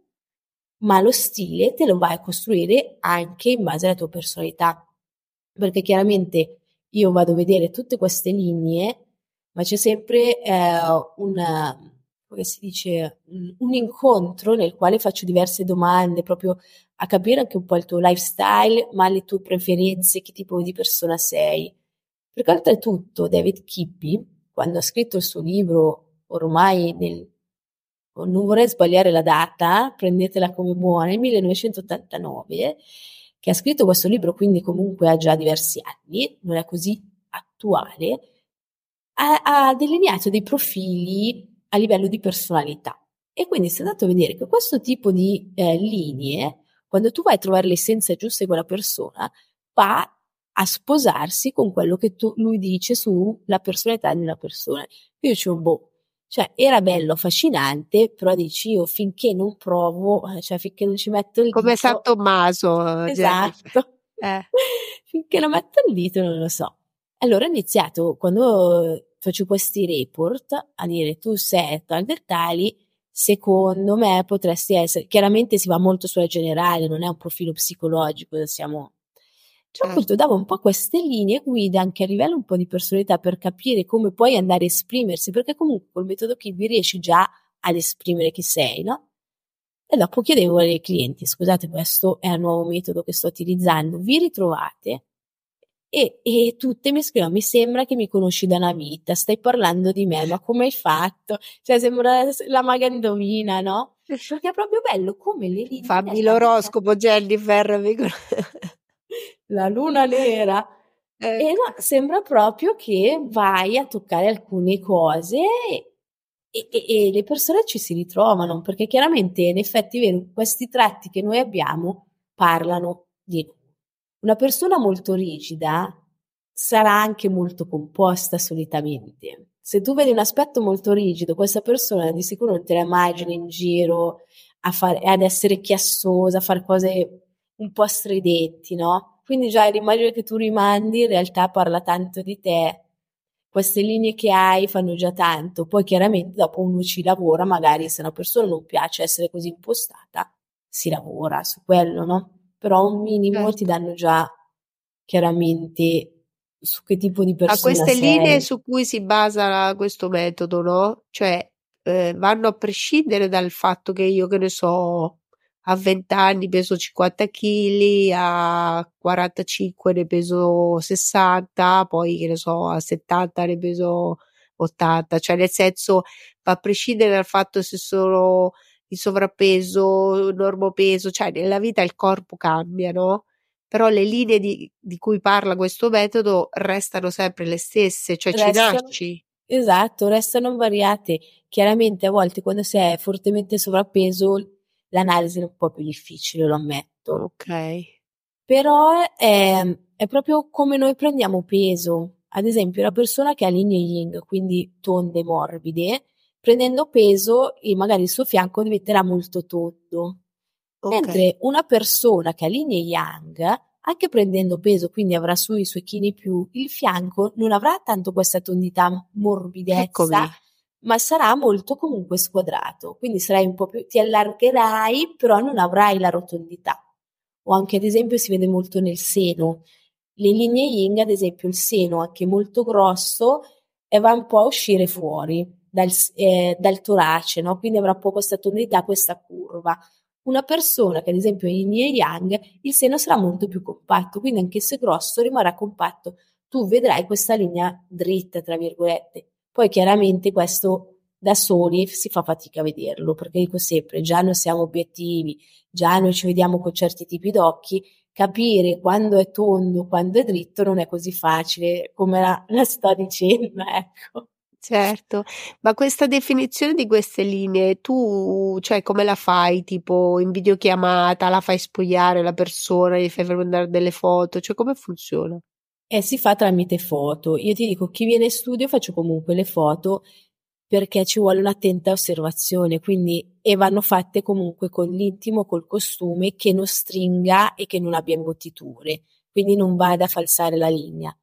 ma lo stile te lo vai a costruire anche in base alla tua personalità. Perché chiaramente io vado a vedere tutte queste linee, ma c'è sempre eh, una, come si dice, un, un incontro nel quale faccio diverse domande, proprio a capire anche un po' il tuo lifestyle, ma le tue preferenze, che tipo di persona sei. Perché oltretutto David Kippi, quando ha scritto il suo libro, ormai nel, non vorrei sbagliare la data, prendetela come buona, nel millenovecentottantanove, che ha scritto questo libro, quindi comunque ha già diversi anni, non è così attuale, ha, ha delineato dei profili a livello di personalità. E quindi si è andato a vedere che questo tipo di eh, linee, quando tu vai a trovare l'essenza giusta di quella persona, va a sposarsi con quello che tu, lui dice sulla personalità di una persona. Io dicevo, boh, cioè era bello, affascinante, però dici io finché non provo, cioè finché non ci metto il Come San dito, Tommaso, Jennifer. esatto, Eh, finché non metto il dito non lo so. Allora ho iniziato, quando faccio questi report, a dire tu sei tal del tali, secondo me potresti essere, chiaramente si va molto sulla generale, non è un profilo psicologico, siamo... Però certo. appunto davo un po' queste linee guida anche a livello un po' di personalità per capire come puoi andare a esprimersi, perché comunque col metodo Kiwi riesci già ad esprimere chi sei, no? E dopo chiedevo ai clienti, scusate, questo è il nuovo metodo che sto utilizzando, vi ritrovate? E, e tutte mi scrivono, mi sembra che mi conosci da una vita, stai parlando di me, ma come hai fatto? Cioè sembra la maga indovina, no? Perché è proprio bello come le linee... Fammi l'oroscopo, Jennifer. La luna nera. E Ecco. no, sembra proprio che vai a toccare alcune cose e, e- e le persone ci si ritrovano, perché chiaramente in effetti è vero, questi tratti che noi abbiamo parlano di noi. Una persona molto rigida sarà anche molto composta solitamente. Se tu vedi un aspetto molto rigido, questa persona di sicuro non te la immagini in giro a fare, ad essere chiassosa, a fare cose un po' stridenti, no? Quindi già l'immagine che tu rimandi in realtà parla tanto di te. Queste linee che hai fanno già tanto. Poi chiaramente dopo uno ci lavora, magari se una persona non piace essere così impostata, si lavora su quello, no? Però un minimo ti Certo. danno già chiaramente su che tipo di A persona queste linee sei. su cui si basa questo metodo, no? Cioè, eh, vanno a prescindere dal fatto che io, che ne so, a venti anni peso cinquanta chili, a quarantacinque ne peso sessanta, poi che ne so, a settanta ne peso ottanta, cioè nel senso, a prescindere dal fatto se sono in sovrappeso, normopeso, cioè nella vita il corpo cambia, no? Però le linee di, di cui parla questo metodo restano sempre le stesse, cioè ci Restano, nasci. esatto, restano invariate. Chiaramente a volte quando si è fortemente sovrappeso l'analisi è un po' più difficile, lo ammetto. Ok, Però è, è proprio come noi prendiamo peso. Ad esempio, la persona che ha linee yin, quindi tonde, morbide, prendendo peso, e magari il suo fianco diventerà molto tondo. ok, Mentre una persona che ha linee yang, anche prendendo peso, quindi avrà su i suoi chili più, il fianco non avrà tanto questa tondità, morbidezza, eccomi. ma sarà molto comunque squadrato. Quindi sarai un po' più, ti allargherai, però non avrai la rotondità. O anche ad esempio si vede molto nel seno. Le linee yin, ad esempio, il seno anche molto grosso e va un po' a uscire fuori dal, eh, dal torace, no? Quindi avrà un po' questa tonalità, questa curva. Una persona che ad esempio è yin e yang, il seno sarà molto più compatto, quindi anche se grosso rimarrà compatto. Tu vedrai questa linea dritta, tra virgolette. Poi chiaramente questo da soli si fa fatica a vederlo, perché dico sempre, già noi siamo obiettivi, già noi ci vediamo con certi tipi d'occhi, capire quando è tondo, quando è dritto non è così facile come la, la sto dicendo, ecco. Certo, ma questa definizione di queste linee tu, cioè come la fai? Tipo in videochiamata, la fai spogliare la persona, gli fai mandare delle foto, cioè come funziona? E si fa tramite foto. Io ti dico, chi viene in studio faccio comunque le foto perché ci vuole un'attenta osservazione, quindi e vanno fatte comunque con l'intimo, col costume che non stringa e che non abbia imbottiture, quindi non vada a falsare la linea.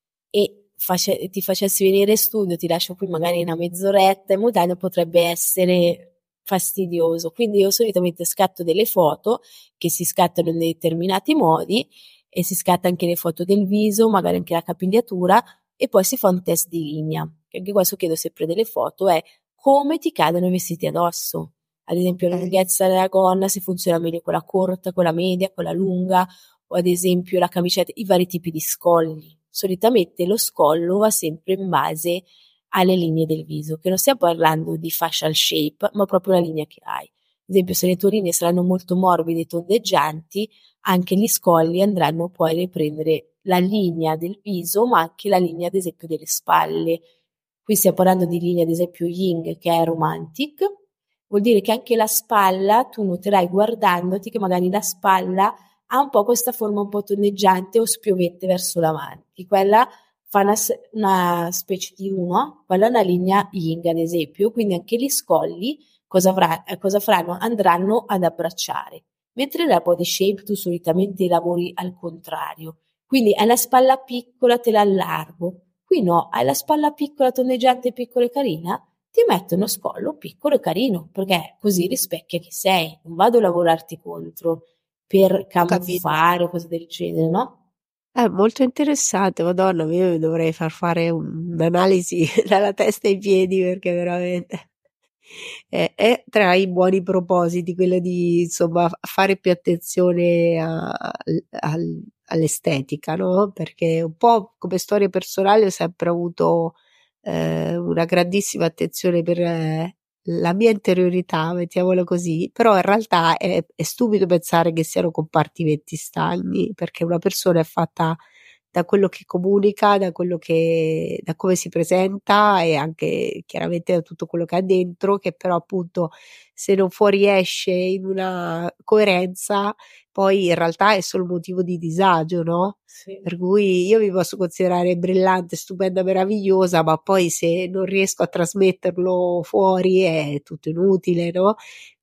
E face- ti facessi venire in studio, ti lascio qui magari una mezz'oretta in montagna, potrebbe essere fastidioso. Quindi io solitamente scatto delle foto che si scattano in determinati modi e si scatta anche le foto del viso, magari anche la capigliatura e poi si fa un test di linea. Che anche questo chiedo sempre delle foto, è come ti cadono i vestiti addosso. Ad esempio la Ok. lunghezza della gonna, se funziona meglio quella corta, quella media, quella lunga, o ad esempio la camicetta, i vari tipi di scolli. Solitamente lo scollo va sempre in base alle linee del viso, che non stiamo parlando di facial shape, ma proprio la linea che hai. Ad esempio, se le tue linee saranno molto morbide e tondeggianti, anche gli scogli andranno poi a riprendere la linea del viso, ma anche la linea, ad esempio, delle spalle. Qui stiamo parlando di linea, ad esempio, Ying, che è romantic. Vuol dire che anche la spalla, tu noterai guardandoti che magari la spalla ha un po' questa forma un po' tondeggiante o spiovente verso l'avanti. Quella fa una, una specie di uno, quella è una linea Ying, ad esempio, quindi anche gli scogli cosa, avrà, eh, cosa faranno? Andranno ad abbracciare. Mentre la body shape tu solitamente lavori al contrario, quindi hai la spalla piccola, te la allargo. Qui no, hai la spalla piccola, tondeggiante, piccola e carina, ti metto uno scollo piccolo e carino, perché così rispecchia chi sei. Non vado a lavorarti contro per Ho capito. camuffare o cose del genere, no? È molto interessante, Madonna, io mi dovrei far fare un- un'analisi dalla testa ai piedi perché veramente è, è tra i buoni propositi quello di insomma fare più attenzione a- al- all'estetica, no? Perché un po' come storia personale ho sempre avuto eh, una grandissima attenzione per eh, la mia interiorità, mettiamola così, però in realtà è, è stupido pensare che siano compartimenti stagni, perché una persona è fatta da quello che comunica, da quello che, da come si presenta e anche chiaramente da tutto quello che ha dentro, che però appunto se non fuoriesce in una coerenza, poi in realtà è solo motivo di disagio, no? Sì. Per cui io mi posso considerare brillante, stupenda, meravigliosa, ma poi se non riesco a trasmetterlo fuori è tutto inutile, no?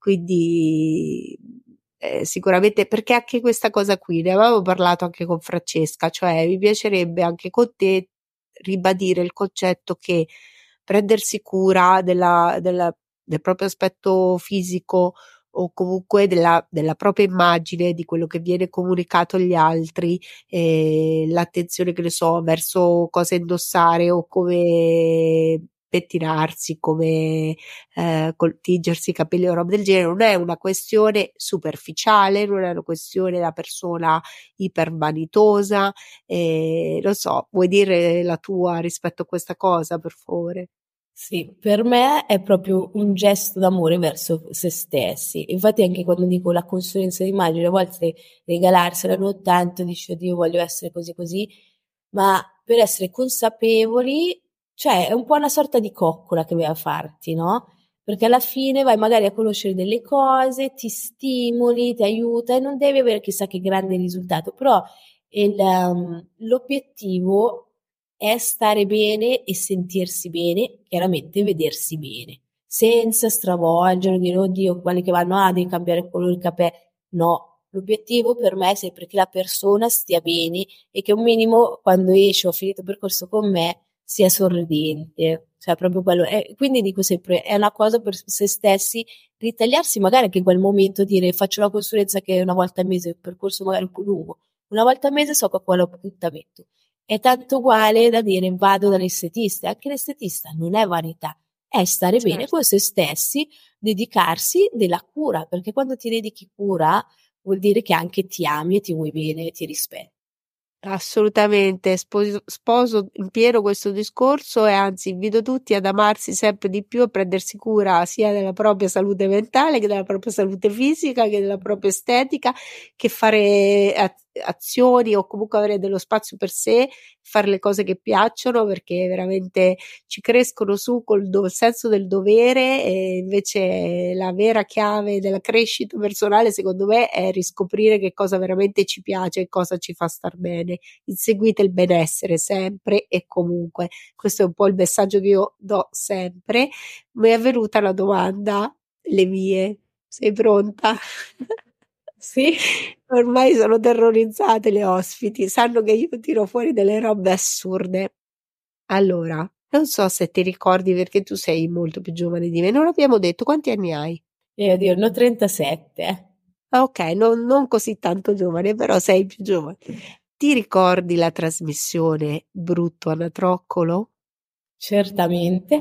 Quindi eh, sicuramente perché anche questa cosa qui ne avevamo parlato anche con Francesca, cioè mi piacerebbe anche con te ribadire il concetto che prendersi cura della, della, del proprio aspetto fisico o comunque della, della propria immagine, di quello che viene comunicato agli altri, eh, l'attenzione che ne so verso cosa indossare o come pettinarsi, come eh, col- tingersi i capelli o roba del genere, non è una questione superficiale, non è una questione da persona ipervanitosa, eh, non so, vuoi dire la tua rispetto a questa cosa, per favore? Sì, per me è proprio un gesto d'amore verso se stessi. Infatti anche quando dico la consulenza d'immagine, a volte regalarsela non tanto, dici oddio voglio essere così così, ma per essere consapevoli, cioè è un po' una sorta di coccola che vai a farti, no? Perché alla fine vai magari a conoscere delle cose, ti stimoli, ti aiuta e non devi avere chissà che grande risultato, però il, um, l'obiettivo è stare bene e sentirsi bene, chiaramente vedersi bene, senza stravolgere, dire oddio, quelli che vanno, ah, devi cambiare colore di capelli. No, l'obiettivo per me è sempre che la persona stia bene e che un minimo, quando esce o ho finito il percorso con me, sia sorridente. Cioè, proprio quello. E quindi dico sempre, è una cosa per se stessi, ritagliarsi magari anche quel momento, dire faccio la consulenza che è una volta al mese, il percorso magari più lungo, una volta al mese so che ho quell'appuntamento. È tanto uguale da dire vado dall'estetista, anche l'estetista non è vanità, è stare bene Certo. con se stessi, dedicarsi della cura, perché quando ti dedichi cura vuol dire che anche ti ami e ti vuoi bene e ti rispetti. Assolutamente, sposo, sposo in pieno questo discorso e anzi invito tutti ad amarsi sempre di più e prendersi cura sia della propria salute mentale che della propria salute fisica che della propria estetica, che fare az- azioni o comunque avere dello spazio per sé, fare le cose che piacciono perché veramente ci crescono su col do- senso del dovere e invece la vera chiave della crescita personale secondo me è riscoprire che cosa veramente ci piace e cosa ci fa star bene. Inseguite il benessere sempre e comunque. Questo è un po' il messaggio che io do sempre. Mi è venuta la domanda, le mie. Sei pronta? Sì? Ormai sono terrorizzate le ospiti, sanno che io tiro fuori delle robe assurde. Allora, non so se ti ricordi perché tu sei molto più giovane di me, non abbiamo detto quanti anni hai? E oddio, ne ho trentasette. Ah, ok, non, non così tanto giovane, però sei più giovane. Ti ricordi la trasmissione Brutto Anatroccolo? Certamente.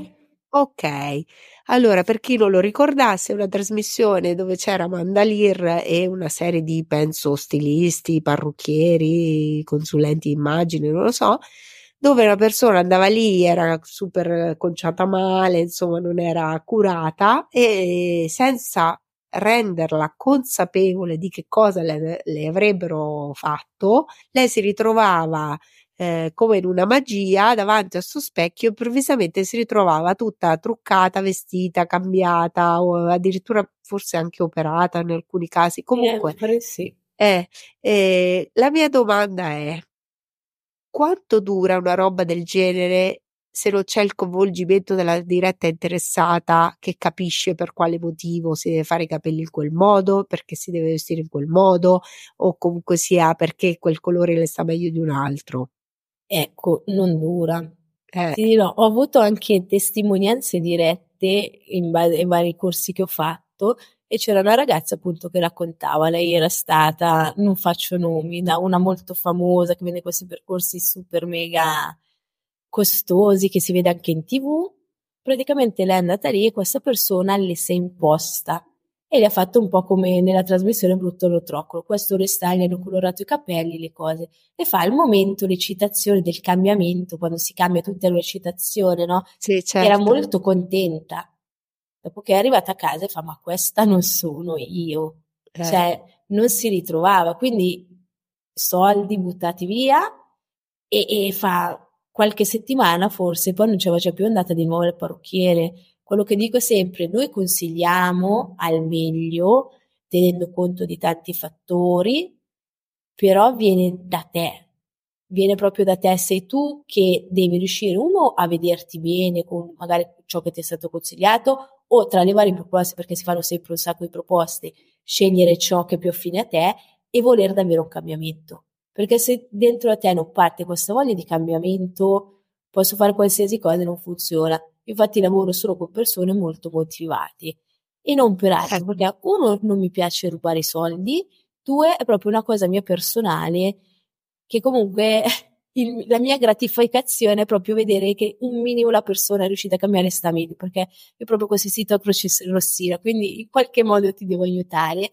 Ok, allora per chi non lo ricordasse, è una trasmissione dove c'era Amanda Lear e una serie di, penso, stilisti, parrucchieri, consulenti immagine, non lo so, dove una persona andava lì, era super conciata male, insomma non era curata e senza renderla consapevole di che cosa le, le avrebbero fatto, lei si ritrovava eh, come in una magia davanti a sto specchio improvvisamente si ritrovava tutta truccata, vestita, cambiata o addirittura forse anche operata in alcuni casi. Eh, mi Comunque, pare sì. eh, eh, la mia domanda è: quanto dura una roba del genere se non c'è il coinvolgimento della diretta interessata che capisce per quale motivo si deve fare i capelli in quel modo, perché si deve vestire in quel modo, o comunque sia perché quel colore le sta meglio di un altro? Ecco, non dura. Eh, Ti dirò, ho avuto anche testimonianze dirette in base ai vari corsi che ho fatto e c'era una ragazza appunto che raccontava, lei era stata, non faccio nomi, da una molto famosa che vende questi percorsi super mega costosi che si vede anche in tivù. Praticamente lei è andata lì e questa persona le si è imposta e le ha fatto un po' come nella trasmissione Brutto Rotroccolo, questo restyle, hanno colorato i capelli, le cose. E fa al momento l'eccitazione del cambiamento, quando si cambia tutta l'eccitazione, no? sì, Era certo. molto contenta. Dopo che è arrivata a casa e fa, ma questa non sono io. Eh, Cioè, non si ritrovava. Quindi soldi buttati via e, e fa qualche settimana forse, poi non ce la faceva più, è andata di nuovo al parrucchiere. Quello che dico è sempre, noi consigliamo al meglio, tenendo conto di tanti fattori, però viene da te, viene proprio da te, sei tu che devi riuscire, uno, a vederti bene con magari ciò che ti è stato consigliato, o tra le varie proposte, perché si fanno sempre un sacco di proposte, scegliere ciò che è più affine a te e voler davvero un cambiamento. Perché se dentro a te non parte questa voglia di cambiamento, posso fare qualsiasi cosa e non funziona. Infatti lavoro solo con persone molto motivate e non per altro, ecco. perché uno non mi piace rubare i soldi, due è proprio una cosa mia personale che comunque il- la mia gratificazione è proprio vedere che un minimo la persona è riuscita a cambiare sta meglio, perché io proprio così sito a croce rossina, quindi in qualche modo ti devo aiutare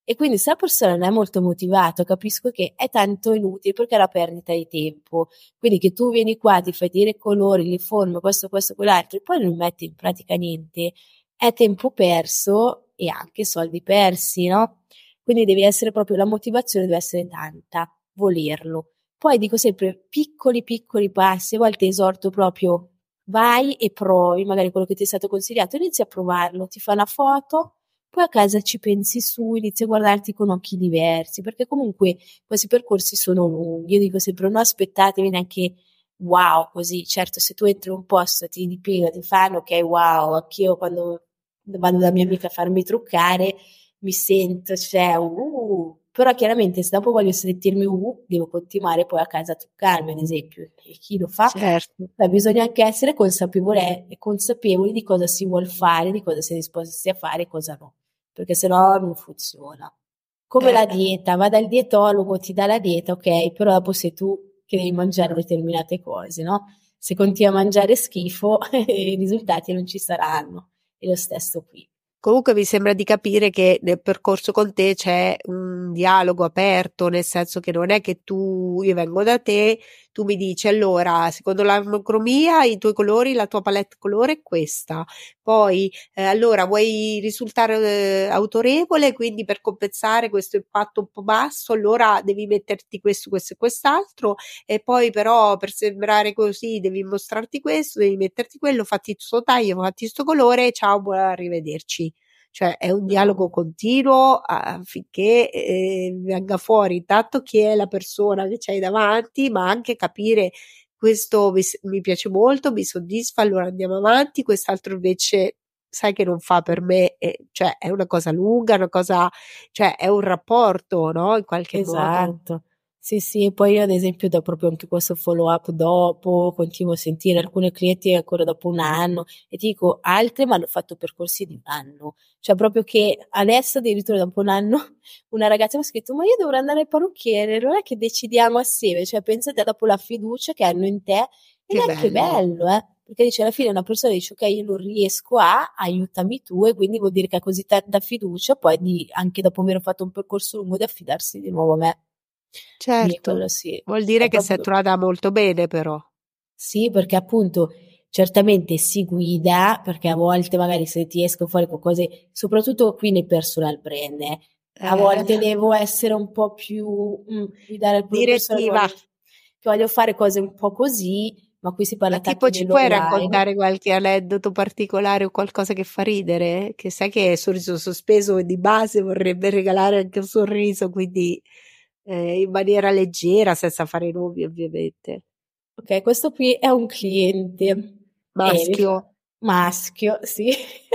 E quindi se la persona non è molto motivata, capisco che è tanto inutile perché è una perdita di tempo. Quindi che tu vieni qua, ti fai dire i colori, le forme, questo, questo, quell'altro, e poi non metti in pratica niente, è tempo perso e anche soldi persi, no? Quindi devi essere proprio, la motivazione deve essere tanta, volerlo. Poi dico sempre piccoli, piccoli passi, a volte esorto proprio, vai e provi, magari quello che ti è stato consigliato, inizi a provarlo, ti fa una foto, poi a casa ci pensi su, inizi a guardarti con occhi diversi, perché comunque questi percorsi sono lunghi. Io dico sempre, non aspettatevi neanche wow così. Certo, se tu entri in un posto, ti ripiega, ti fanno, ok, wow, anch'io quando vado da mia amica a farmi truccare, mi sento, cioè, uh, però chiaramente se dopo voglio sentirmi uh, devo continuare poi a casa a truccarmi, ad esempio, e chi lo fa? Certo. Beh, bisogna anche essere consapevoli e consapevoli di cosa si vuol fare, di cosa si è disposti a fare e cosa no, perché sennò non funziona. Come Eh, la dieta, va dal dietologo, ti dà la dieta, ok, però dopo sei tu che devi mangiare determinate cose, no? Se continui a mangiare schifo, i risultati non ci saranno. E lo stesso qui. Comunque mi sembra di capire che nel percorso con te c'è un dialogo aperto, nel senso che non è che tu, io vengo da te, tu mi dici allora, secondo la monocromia, i tuoi colori, la tua palette colore è questa. Poi, eh, allora vuoi risultare eh, autorevole, quindi per compensare questo impatto un po' basso, allora devi metterti questo, questo e quest'altro, e poi però per sembrare così devi mostrarti questo, devi metterti quello, fatti sto taglio, fatti sto colore, ciao, buon arrivederci. Cioè è un dialogo continuo affinché eh, venga fuori intanto chi è la persona che c'hai davanti, ma anche capire questo mi, mi piace molto, mi soddisfa, allora andiamo avanti, quest'altro invece sai che non fa per me, eh, cioè è una cosa lunga, una cosa, cioè è un rapporto, no? In qualche modo. Esatto. Sì, sì, e poi io ad esempio do proprio anche questo follow up dopo, continuo a sentire alcune clienti ancora dopo un anno e ti dico, altre mi hanno fatto percorsi di un anno, cioè proprio che adesso addirittura dopo un anno una ragazza mi ha scritto, ma io dovrei andare al parrucchiere, non è che decidiamo assieme, cioè pensate dopo la fiducia che hanno in te ed Che è anche bello. bello, eh, perché dice alla fine una persona dice, ok, io non riesco a, aiutami tu e quindi vuol dire che ha così tanta fiducia poi di, anche dopo aver fatto un percorso lungo, di affidarsi di nuovo a me. Quindi quello Certo, sì, vuol è dire che sei proprio trovata molto bene però. sì, perché appunto certamente si guida, perché a volte magari se ti escono fuori con cose, soprattutto qui nei personal brand, eh, a Eh, volte devo essere un po' più mm, guidare il proprio persona che direttiva. voglio, che voglio fare cose un po' così, ma qui si Ma parla tanto tipo ci puoi dell'online. raccontare qualche aneddoto particolare o qualcosa che fa ridere? Che sai che Sorriso Sospeso di base vorrebbe regalare anche un sorriso, quindi eh, in maniera leggera, senza fare nomi ovviamente. Ok, questo qui è un cliente e mi Maschio, fa maschio, sì.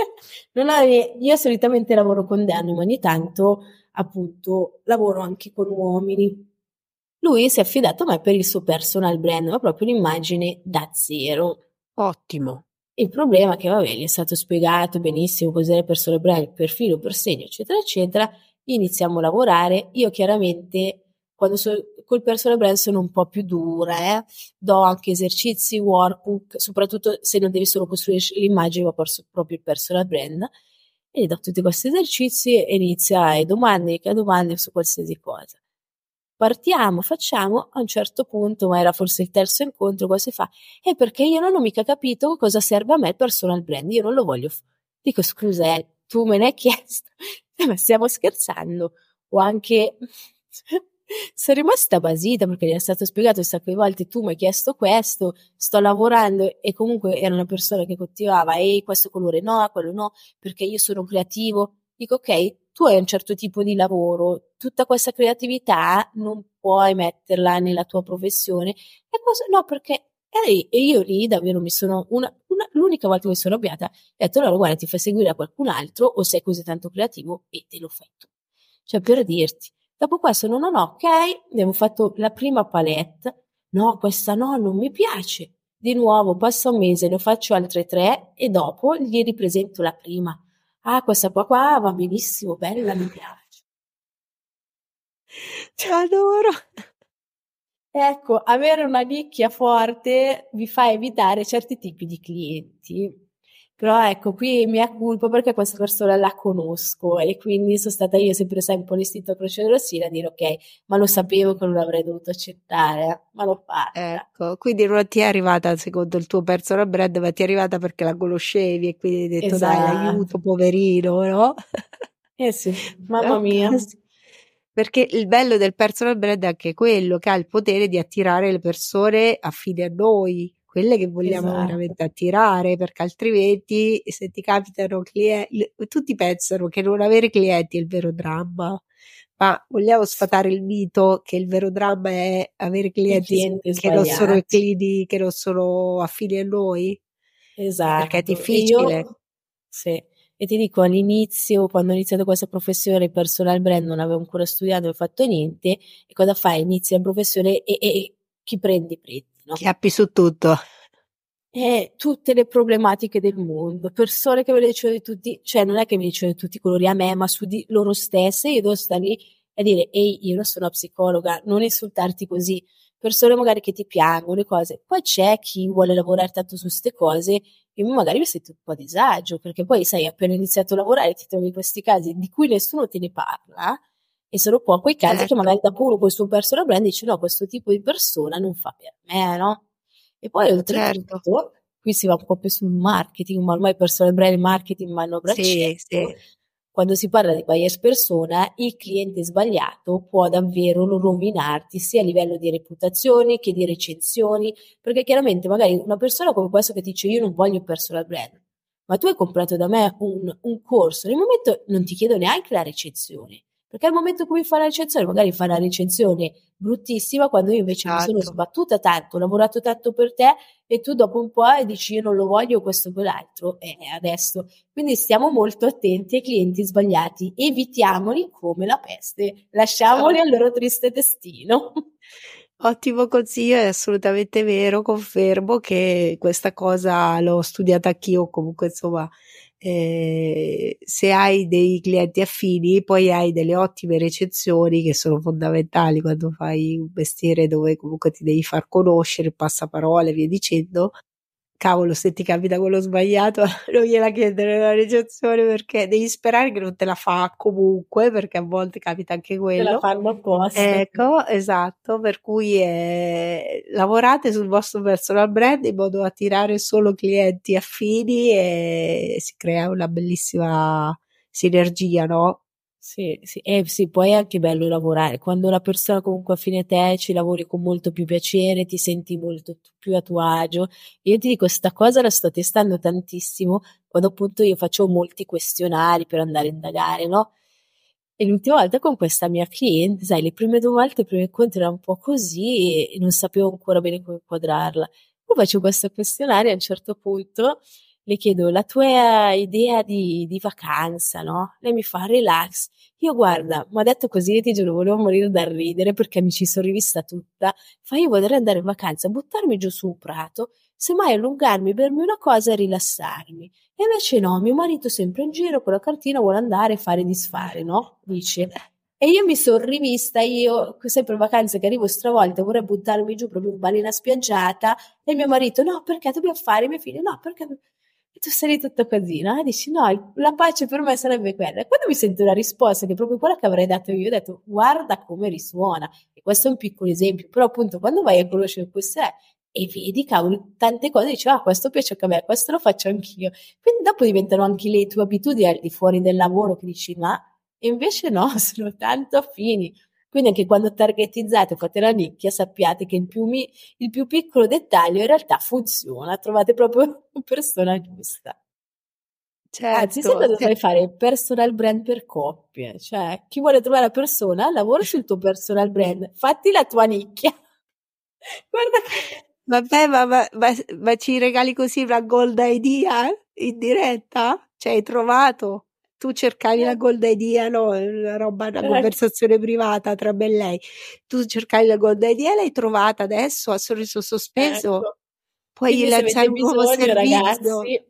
Non ave- io solitamente lavoro con donne, ma ogni tanto appunto lavoro anche con uomini. Lui si è affidato a me per il suo personal brand, ma proprio un'immagine da zero. ottimo. Il problema è che, vabbè, gli è stato spiegato benissimo cos'è il personal brand, per filo, per segno, eccetera, eccetera. Iniziamo a lavorare. Io chiaramente, quando so, col personal brand sono un po' più dura, eh. Do anche esercizi, workbook, soprattutto se non devi solo costruire l'immagine, ma porso- proprio il personal brand. E gli do tutti questi esercizi e inizia e domande, che domande su qualsiasi cosa. Partiamo, facciamo, a un certo punto, ma era forse il terzo incontro, qua si fa, è perché io non ho mica capito cosa serve a me il personal brand, io non lo voglio. f-". Dico, scusa, eh, tu me l'hai chiesto, ma stiamo scherzando? O anche, sono rimasta basita perché gli è stato spiegato un sacco di volte, tu mi hai chiesto questo, sto lavorando e comunque era una persona che continuava, e questo colore no, quello no, perché io sono creativo. Dico, ok, tu hai un certo tipo di lavoro, tutta questa creatività non puoi metterla nella tua professione. E cosa, no, perché e e io lì davvero mi sono, una, una- l'unica volta che mi sono arrabbiata, ho detto, allora guarda, ti fai seguire a qualcun altro o sei così tanto creativo e te lo fai tu. Cioè, per dirti. Dopo questo, no, no, no, ok, abbiamo fatto la prima palette, no, questa no, non mi piace. Di nuovo, passa un mese, ne faccio altre tre e dopo gli ripresento la prima. Ah, questa qua, qua va benissimo, bella, mi piace. Ti adoro. Ecco, avere una nicchia forte vi fa evitare certi tipi di clienti. Però ecco, qui mia colpa perché questa persona la conosco e quindi sono stata io sempre sai un po' l'istinto a croce rossina a dire ok, ma lo sapevo che non l'avrei dovuto accettare, eh, ma l'ho fatta. Ecco, quindi non ti è arrivata secondo il tuo personal brand, ma ti è arrivata perché la conoscevi e quindi hai detto dai, l'aiuto, Esatto. poverino, no? Eh sì, mamma mia. Ok, sì. Perché il bello del personal brand è anche quello, che ha il potere di attirare le persone affine a noi, quelle che vogliamo Esatto. veramente attirare, perché altrimenti se ti capitano clienti, tutti pensano che non avere clienti è il vero dramma, ma vogliamo sfatare il mito che il vero dramma è avere I clienti s- clienti che non sono sbagliati. clienti, che non sono affini a noi? Perché è Esatto. E difficile. io, sì, e ti dico, all'inizio, quando ho iniziato questa professione, il personal brand non avevo ancora studiato, non ho fatto niente, e cosa fai? Inizi la professione e, e- e chi prendi, prendi, no? Chiappi su tutto. E tutte le problematiche del mondo, persone che me le dicono di tutti, cioè non è che mi dicono di tutti i colori a me, ma su di loro stesse, io devo stare lì e dire, ehi, io non sono psicologa, non insultarti così, persone magari che ti piangono, le cose. Poi c'è chi vuole lavorare tanto su queste cose e magari mi sento un po' a disagio, perché poi sai, appena iniziato a lavorare ti trovi in questi casi di cui nessuno te ne parla, e sono un po' quei casi che Certo, magari dopo uno col suo personal brand dice, no, questo tipo di persona non fa per me, no? E poi certo. oltretutto, qui si va un po' più sul marketing, ma ormai personal brand e marketing vanno a Sì, braccetto. sì. Quando si parla di bias persona, il cliente sbagliato può davvero rovinarti sia a livello di reputazione che di recensioni, perché chiaramente magari una persona come questo che ti dice io non voglio personal brand, ma tu hai comprato da me un, un corso, nel momento non ti chiedo neanche la recensione, perché al momento in cui fa la recensione, magari fa una recensione bruttissima, quando io invece mi sono Esatto. sbattuta tanto, ho lavorato tanto per te e tu dopo un po' dici io non lo voglio questo o quell'altro, e adesso. Quindi stiamo molto attenti ai clienti sbagliati, evitiamoli come la peste, lasciamoli al loro triste destino. Ottimo consiglio, è assolutamente vero, confermo che questa cosa l'ho studiata anch'io, comunque insomma, eh, se hai dei clienti affini, poi hai delle ottime recensioni che sono fondamentali quando fai un mestiere dove comunque ti devi far conoscere, passaparole, via dicendo. Cavolo, se ti capita quello sbagliato, non gliela chiedere la recensione perché devi sperare che non te la fa comunque, perché a volte capita anche Te la quello. fanno apposta. Ecco, esatto, per cui eh, lavorate sul vostro personal brand in modo da attirare solo clienti affini e si crea una bellissima sinergia, no? Sì, sì, e sì, poi è anche bello lavorare. Quando una persona comunque affine a te ci lavori con molto più piacere, ti senti molto t- più a tuo agio. Io ti dico, sta cosa la sto testando tantissimo quando appunto io faccio molti questionari per andare a indagare, no? E l'ultima volta con questa mia cliente, sai, le prime due volte, i primi incontri era un po' così e non sapevo ancora bene come quadrarla. Poi faccio questo questionario e a un certo punto le chiedo la tua idea di, di vacanza, no? Lei mi fa relax. Io guarda, mi ha detto così, ti giuro, volevo morire dal ridere perché mi ci sono rivista tutta. Fa, io vorrei andare in vacanza, buttarmi giù su un prato, semmai allungarmi, bermi una cosa e rilassarmi. E invece no, mio marito sempre in giro con la cartina vuole andare a fare e disfare, no? Dice. E io mi sono rivista, io sempre in vacanze che arrivo stravolta, vorrei buttarmi giù proprio in balena spiaggiata, e mio marito, no, perché dobbiamo fare? I miei figli, no, perché... E tu sei tutto così, no? E dici, no, il- la pace per me sarebbe quella. E quando mi sento una risposta che è proprio quella che avrei dato io, ho detto, guarda come risuona. E questo è un piccolo esempio, però appunto quando vai a conoscere questo è, e vedi, cavolo, tante cose, dici, ah, questo piace anche a me, questo lo faccio anch'io. Quindi dopo diventano anche le tue abitudini al di fuori del lavoro che dici, ma e invece no, sono tanto affini. Quindi anche quando targetizzate, fate la nicchia, sappiate che il più, mi- il più piccolo dettaglio in realtà funziona, trovate proprio la persona giusta. Anzi, sai Certo, cosa cioè, dovrei fare? Personal brand per coppie. Cioè, chi vuole trovare la persona, lavora sul tuo personal brand, fatti la tua nicchia. Guarda che... vabbè, ma, ma- ma- ma ci regali così una gold idea in diretta? Cioè, hai trovato? Tu cercavi la gold idea, no? È una roba, una Ecco, conversazione privata tra me e lei. Tu cercavi la gold idea, l'hai trovata adesso a sorriso sospeso? ecco. Puoi Quindi se lanciare avete un nuovo bisogno, servizio. ragazzi,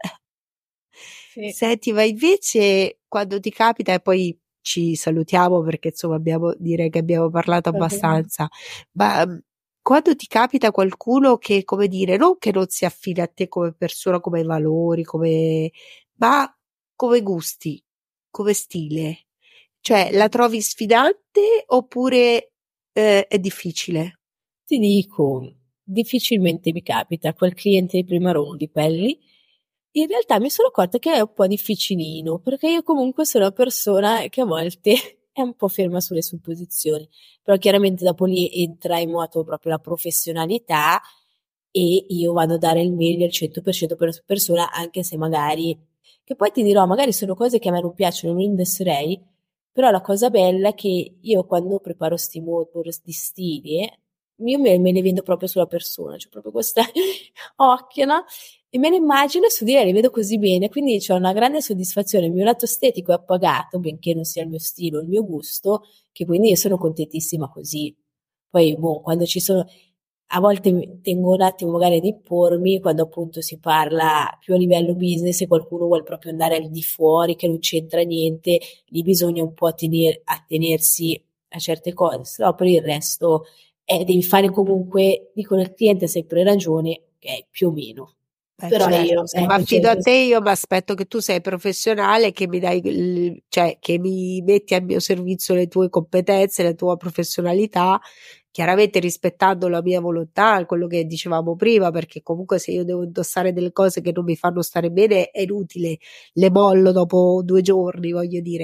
sì, Senti, ma invece quando ti capita, e poi ci salutiamo perché insomma abbiamo, direi che abbiamo parlato va bene. abbastanza, ma mm, quando ti capita qualcuno che, come dire, non che non si affida a te come persona, come valori, come, ma come gusti, come stile, cioè la trovi sfidante oppure eh, è difficile? Ti dico, difficilmente mi capita quel cliente di prima rompicelli. In realtà mi sono accorta che è un po' difficilino, perché io comunque sono una persona che a volte è un po' ferma sulle sue posizioni, però chiaramente dopo lì entra in moto proprio la professionalità e io vado a dare il meglio al cento per cento per la persona, anche se magari, che poi ti dirò, magari sono cose che a me non piacciono, non indosserei, però la cosa bella è che io quando preparo sti mood board di stili, io me, me ne vendo proprio sulla persona, cioè proprio questa occhia, no? E me ne immagino e su di lei li vedo così bene, quindi c'ho una grande soddisfazione, il mio lato estetico è appagato, benché non sia il mio stile o il mio gusto, che quindi io sono contentissima così. Poi, boh, quando ci sono, a volte tengo un attimo magari ad impormi, quando appunto si parla più a livello business e qualcuno vuole proprio andare al di fuori, che non c'entra niente, lì bisogna un po' attener, attenersi a certe cose, se no per il resto eh, devi fare comunque, dico al cliente sempre ragione, ok, più o meno. Beh, Però certo, io se eh, mi affido a certo, te, io mi aspetto che tu sei professionale, che mi dai, il- cioè che mi metti al mio servizio le tue competenze, la tua professionalità, chiaramente rispettando la mia volontà, quello che dicevamo prima, perché comunque se io devo indossare delle cose che non mi fanno stare bene è inutile, le mollo dopo due giorni, voglio dire,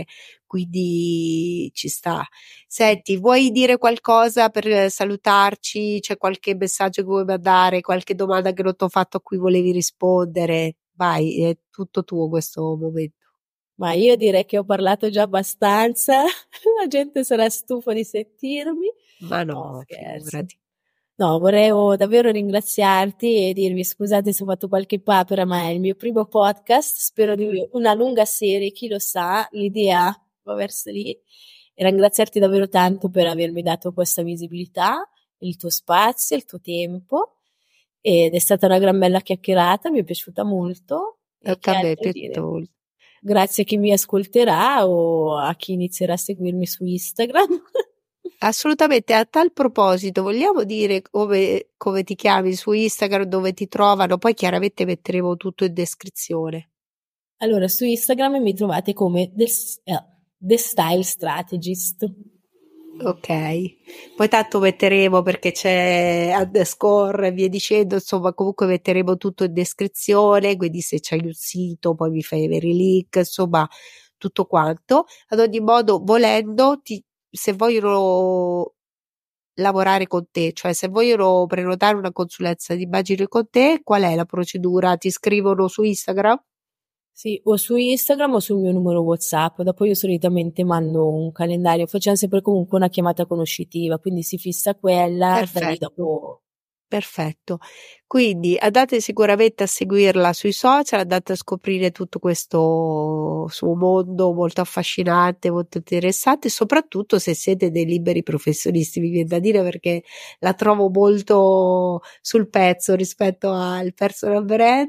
quindi ci sta. Senti, vuoi dire qualcosa per salutarci? C'è qualche messaggio che vuoi mandare, qualche domanda che non ti ho fatto a cui volevi rispondere? Vai, è tutto tuo questo momento. ma io direi che ho parlato già abbastanza, la gente sarà stufa di sentirmi. Ma No, no, scherzo. figurati. No, vorrei davvero ringraziarti e dirvi scusate se ho fatto qualche papera, ma è il mio primo podcast, spero di una lunga serie, chi lo sa, l'idea va verso lì. E ringraziarti davvero tanto per avermi dato questa visibilità, il tuo spazio, il tuo tempo, ed è stata una gran bella chiacchierata, mi è piaciuta molto. E Anche che a me altro dire? piuttosto. Grazie a chi mi ascolterà o a chi inizierà a seguirmi su Instagram. Assolutamente, a tal proposito, vogliamo dire come, come ti chiami su Instagram, dove ti trovano? Poi chiaramente metteremo tutto in descrizione. Allora, su Instagram mi trovate come The, eh, The Style Strategist. Ok, poi tanto metteremo perché c'è underscore e via dicendo, insomma comunque metteremo tutto in descrizione, quindi se c'hai un sito poi mi fai avere i link, insomma tutto quanto. Ad ogni modo, volendo, ti, se vogliono lavorare con te, cioè se vogliono prenotare una consulenza di immagine con te, qual è la procedura? Ti scrivono su Instagram? Sì, o su Instagram o sul mio numero WhatsApp. Dopo io solitamente mando un calendario, facciamo sempre comunque una chiamata conoscitiva, quindi si fissa quella, da lì Perfetto. dopo. Perfetto, quindi andate sicuramente a seguirla sui social, andate a scoprire tutto questo suo mondo molto affascinante, molto interessante, soprattutto se siete dei liberi professionisti, mi viene da dire, perché la trovo molto sul pezzo rispetto al personal brand.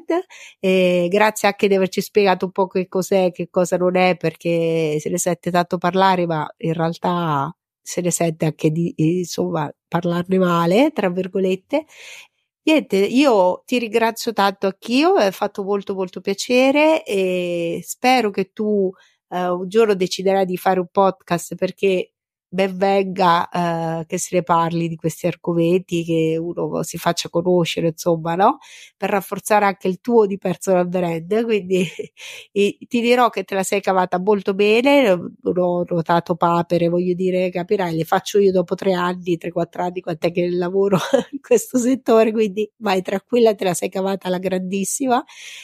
E grazie anche di averci spiegato un po' che cos'è, che cosa non è, perché se ne sente tanto parlare, ma in realtà se ne sente anche di, insomma, parlarne male, tra virgolette. Niente, io ti ringrazio tanto anch'io, è fatto molto molto piacere e spero che tu eh, un giorno deciderai di fare un podcast, perché ben venga eh, che se ne parli di questi argomenti, che uno si faccia conoscere, insomma, no? Per rafforzare anche il tuo di personal brand, quindi e ti dirò che te la sei cavata molto bene, non ho notato papere, voglio dire, capirai, le faccio io dopo tre anni, tre quattro anni, quant'è che lavoro in questo settore, quindi vai tranquilla, te la sei cavata alla grandissima.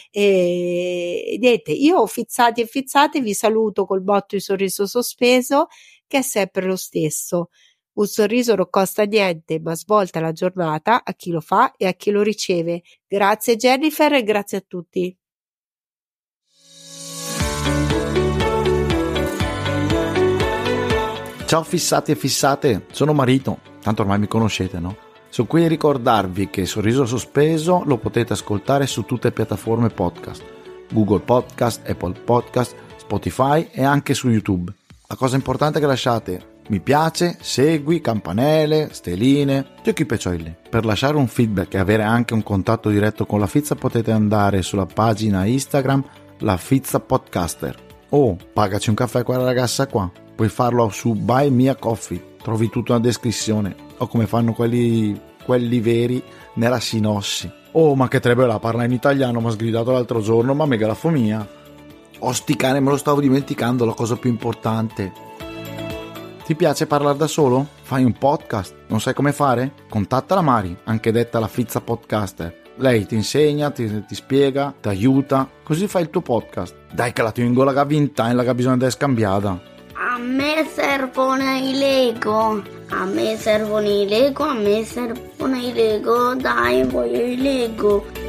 E niente, io fizzati e fizzate vi saluto col botto di sorriso sospeso, che è sempre lo stesso. Un sorriso non costa niente, ma svolta la giornata a chi lo fa e a chi lo riceve. Grazie Jennifer e grazie a tutti. Ciao fissati e fissate, sono Marito, tanto ormai mi conoscete, no? Sono qui a ricordarvi che Sorriso Sospeso lo potete ascoltare su tutte le piattaforme podcast, Google Podcast, Apple Podcast, Spotify e anche su YouTube. La cosa importante è che lasciate mi piace, segui, campanelle, steline, io chi peccio lì. Per lasciare un feedback e avere anche un contatto diretto con la Fizza potete andare sulla pagina Instagram La Fizza Podcaster o pagaci un caffè a quella ragazza qua. Puoi farlo su Buy Me a Coffee, trovi tutta una descrizione, o come fanno quelli, quelli veri nella sinossi. Oh, ma che trebella, parla in italiano, mi ha sgridato l'altro giorno, ma mega la fomia. Oh, sti cane, me lo stavo dimenticando, la cosa più importante. Ti piace parlare da solo? Fai un podcast? Non sai come fare? Contatta la Mari, anche detta la Fizza Podcaster. Lei ti insegna, ti, ti spiega, ti aiuta, così fai il tuo podcast. Dai che la tengo la vinta, la che bisogna di scambiata. A me servono i Lego, a me servono i Lego, a me servono i Lego, dai voglio i Lego.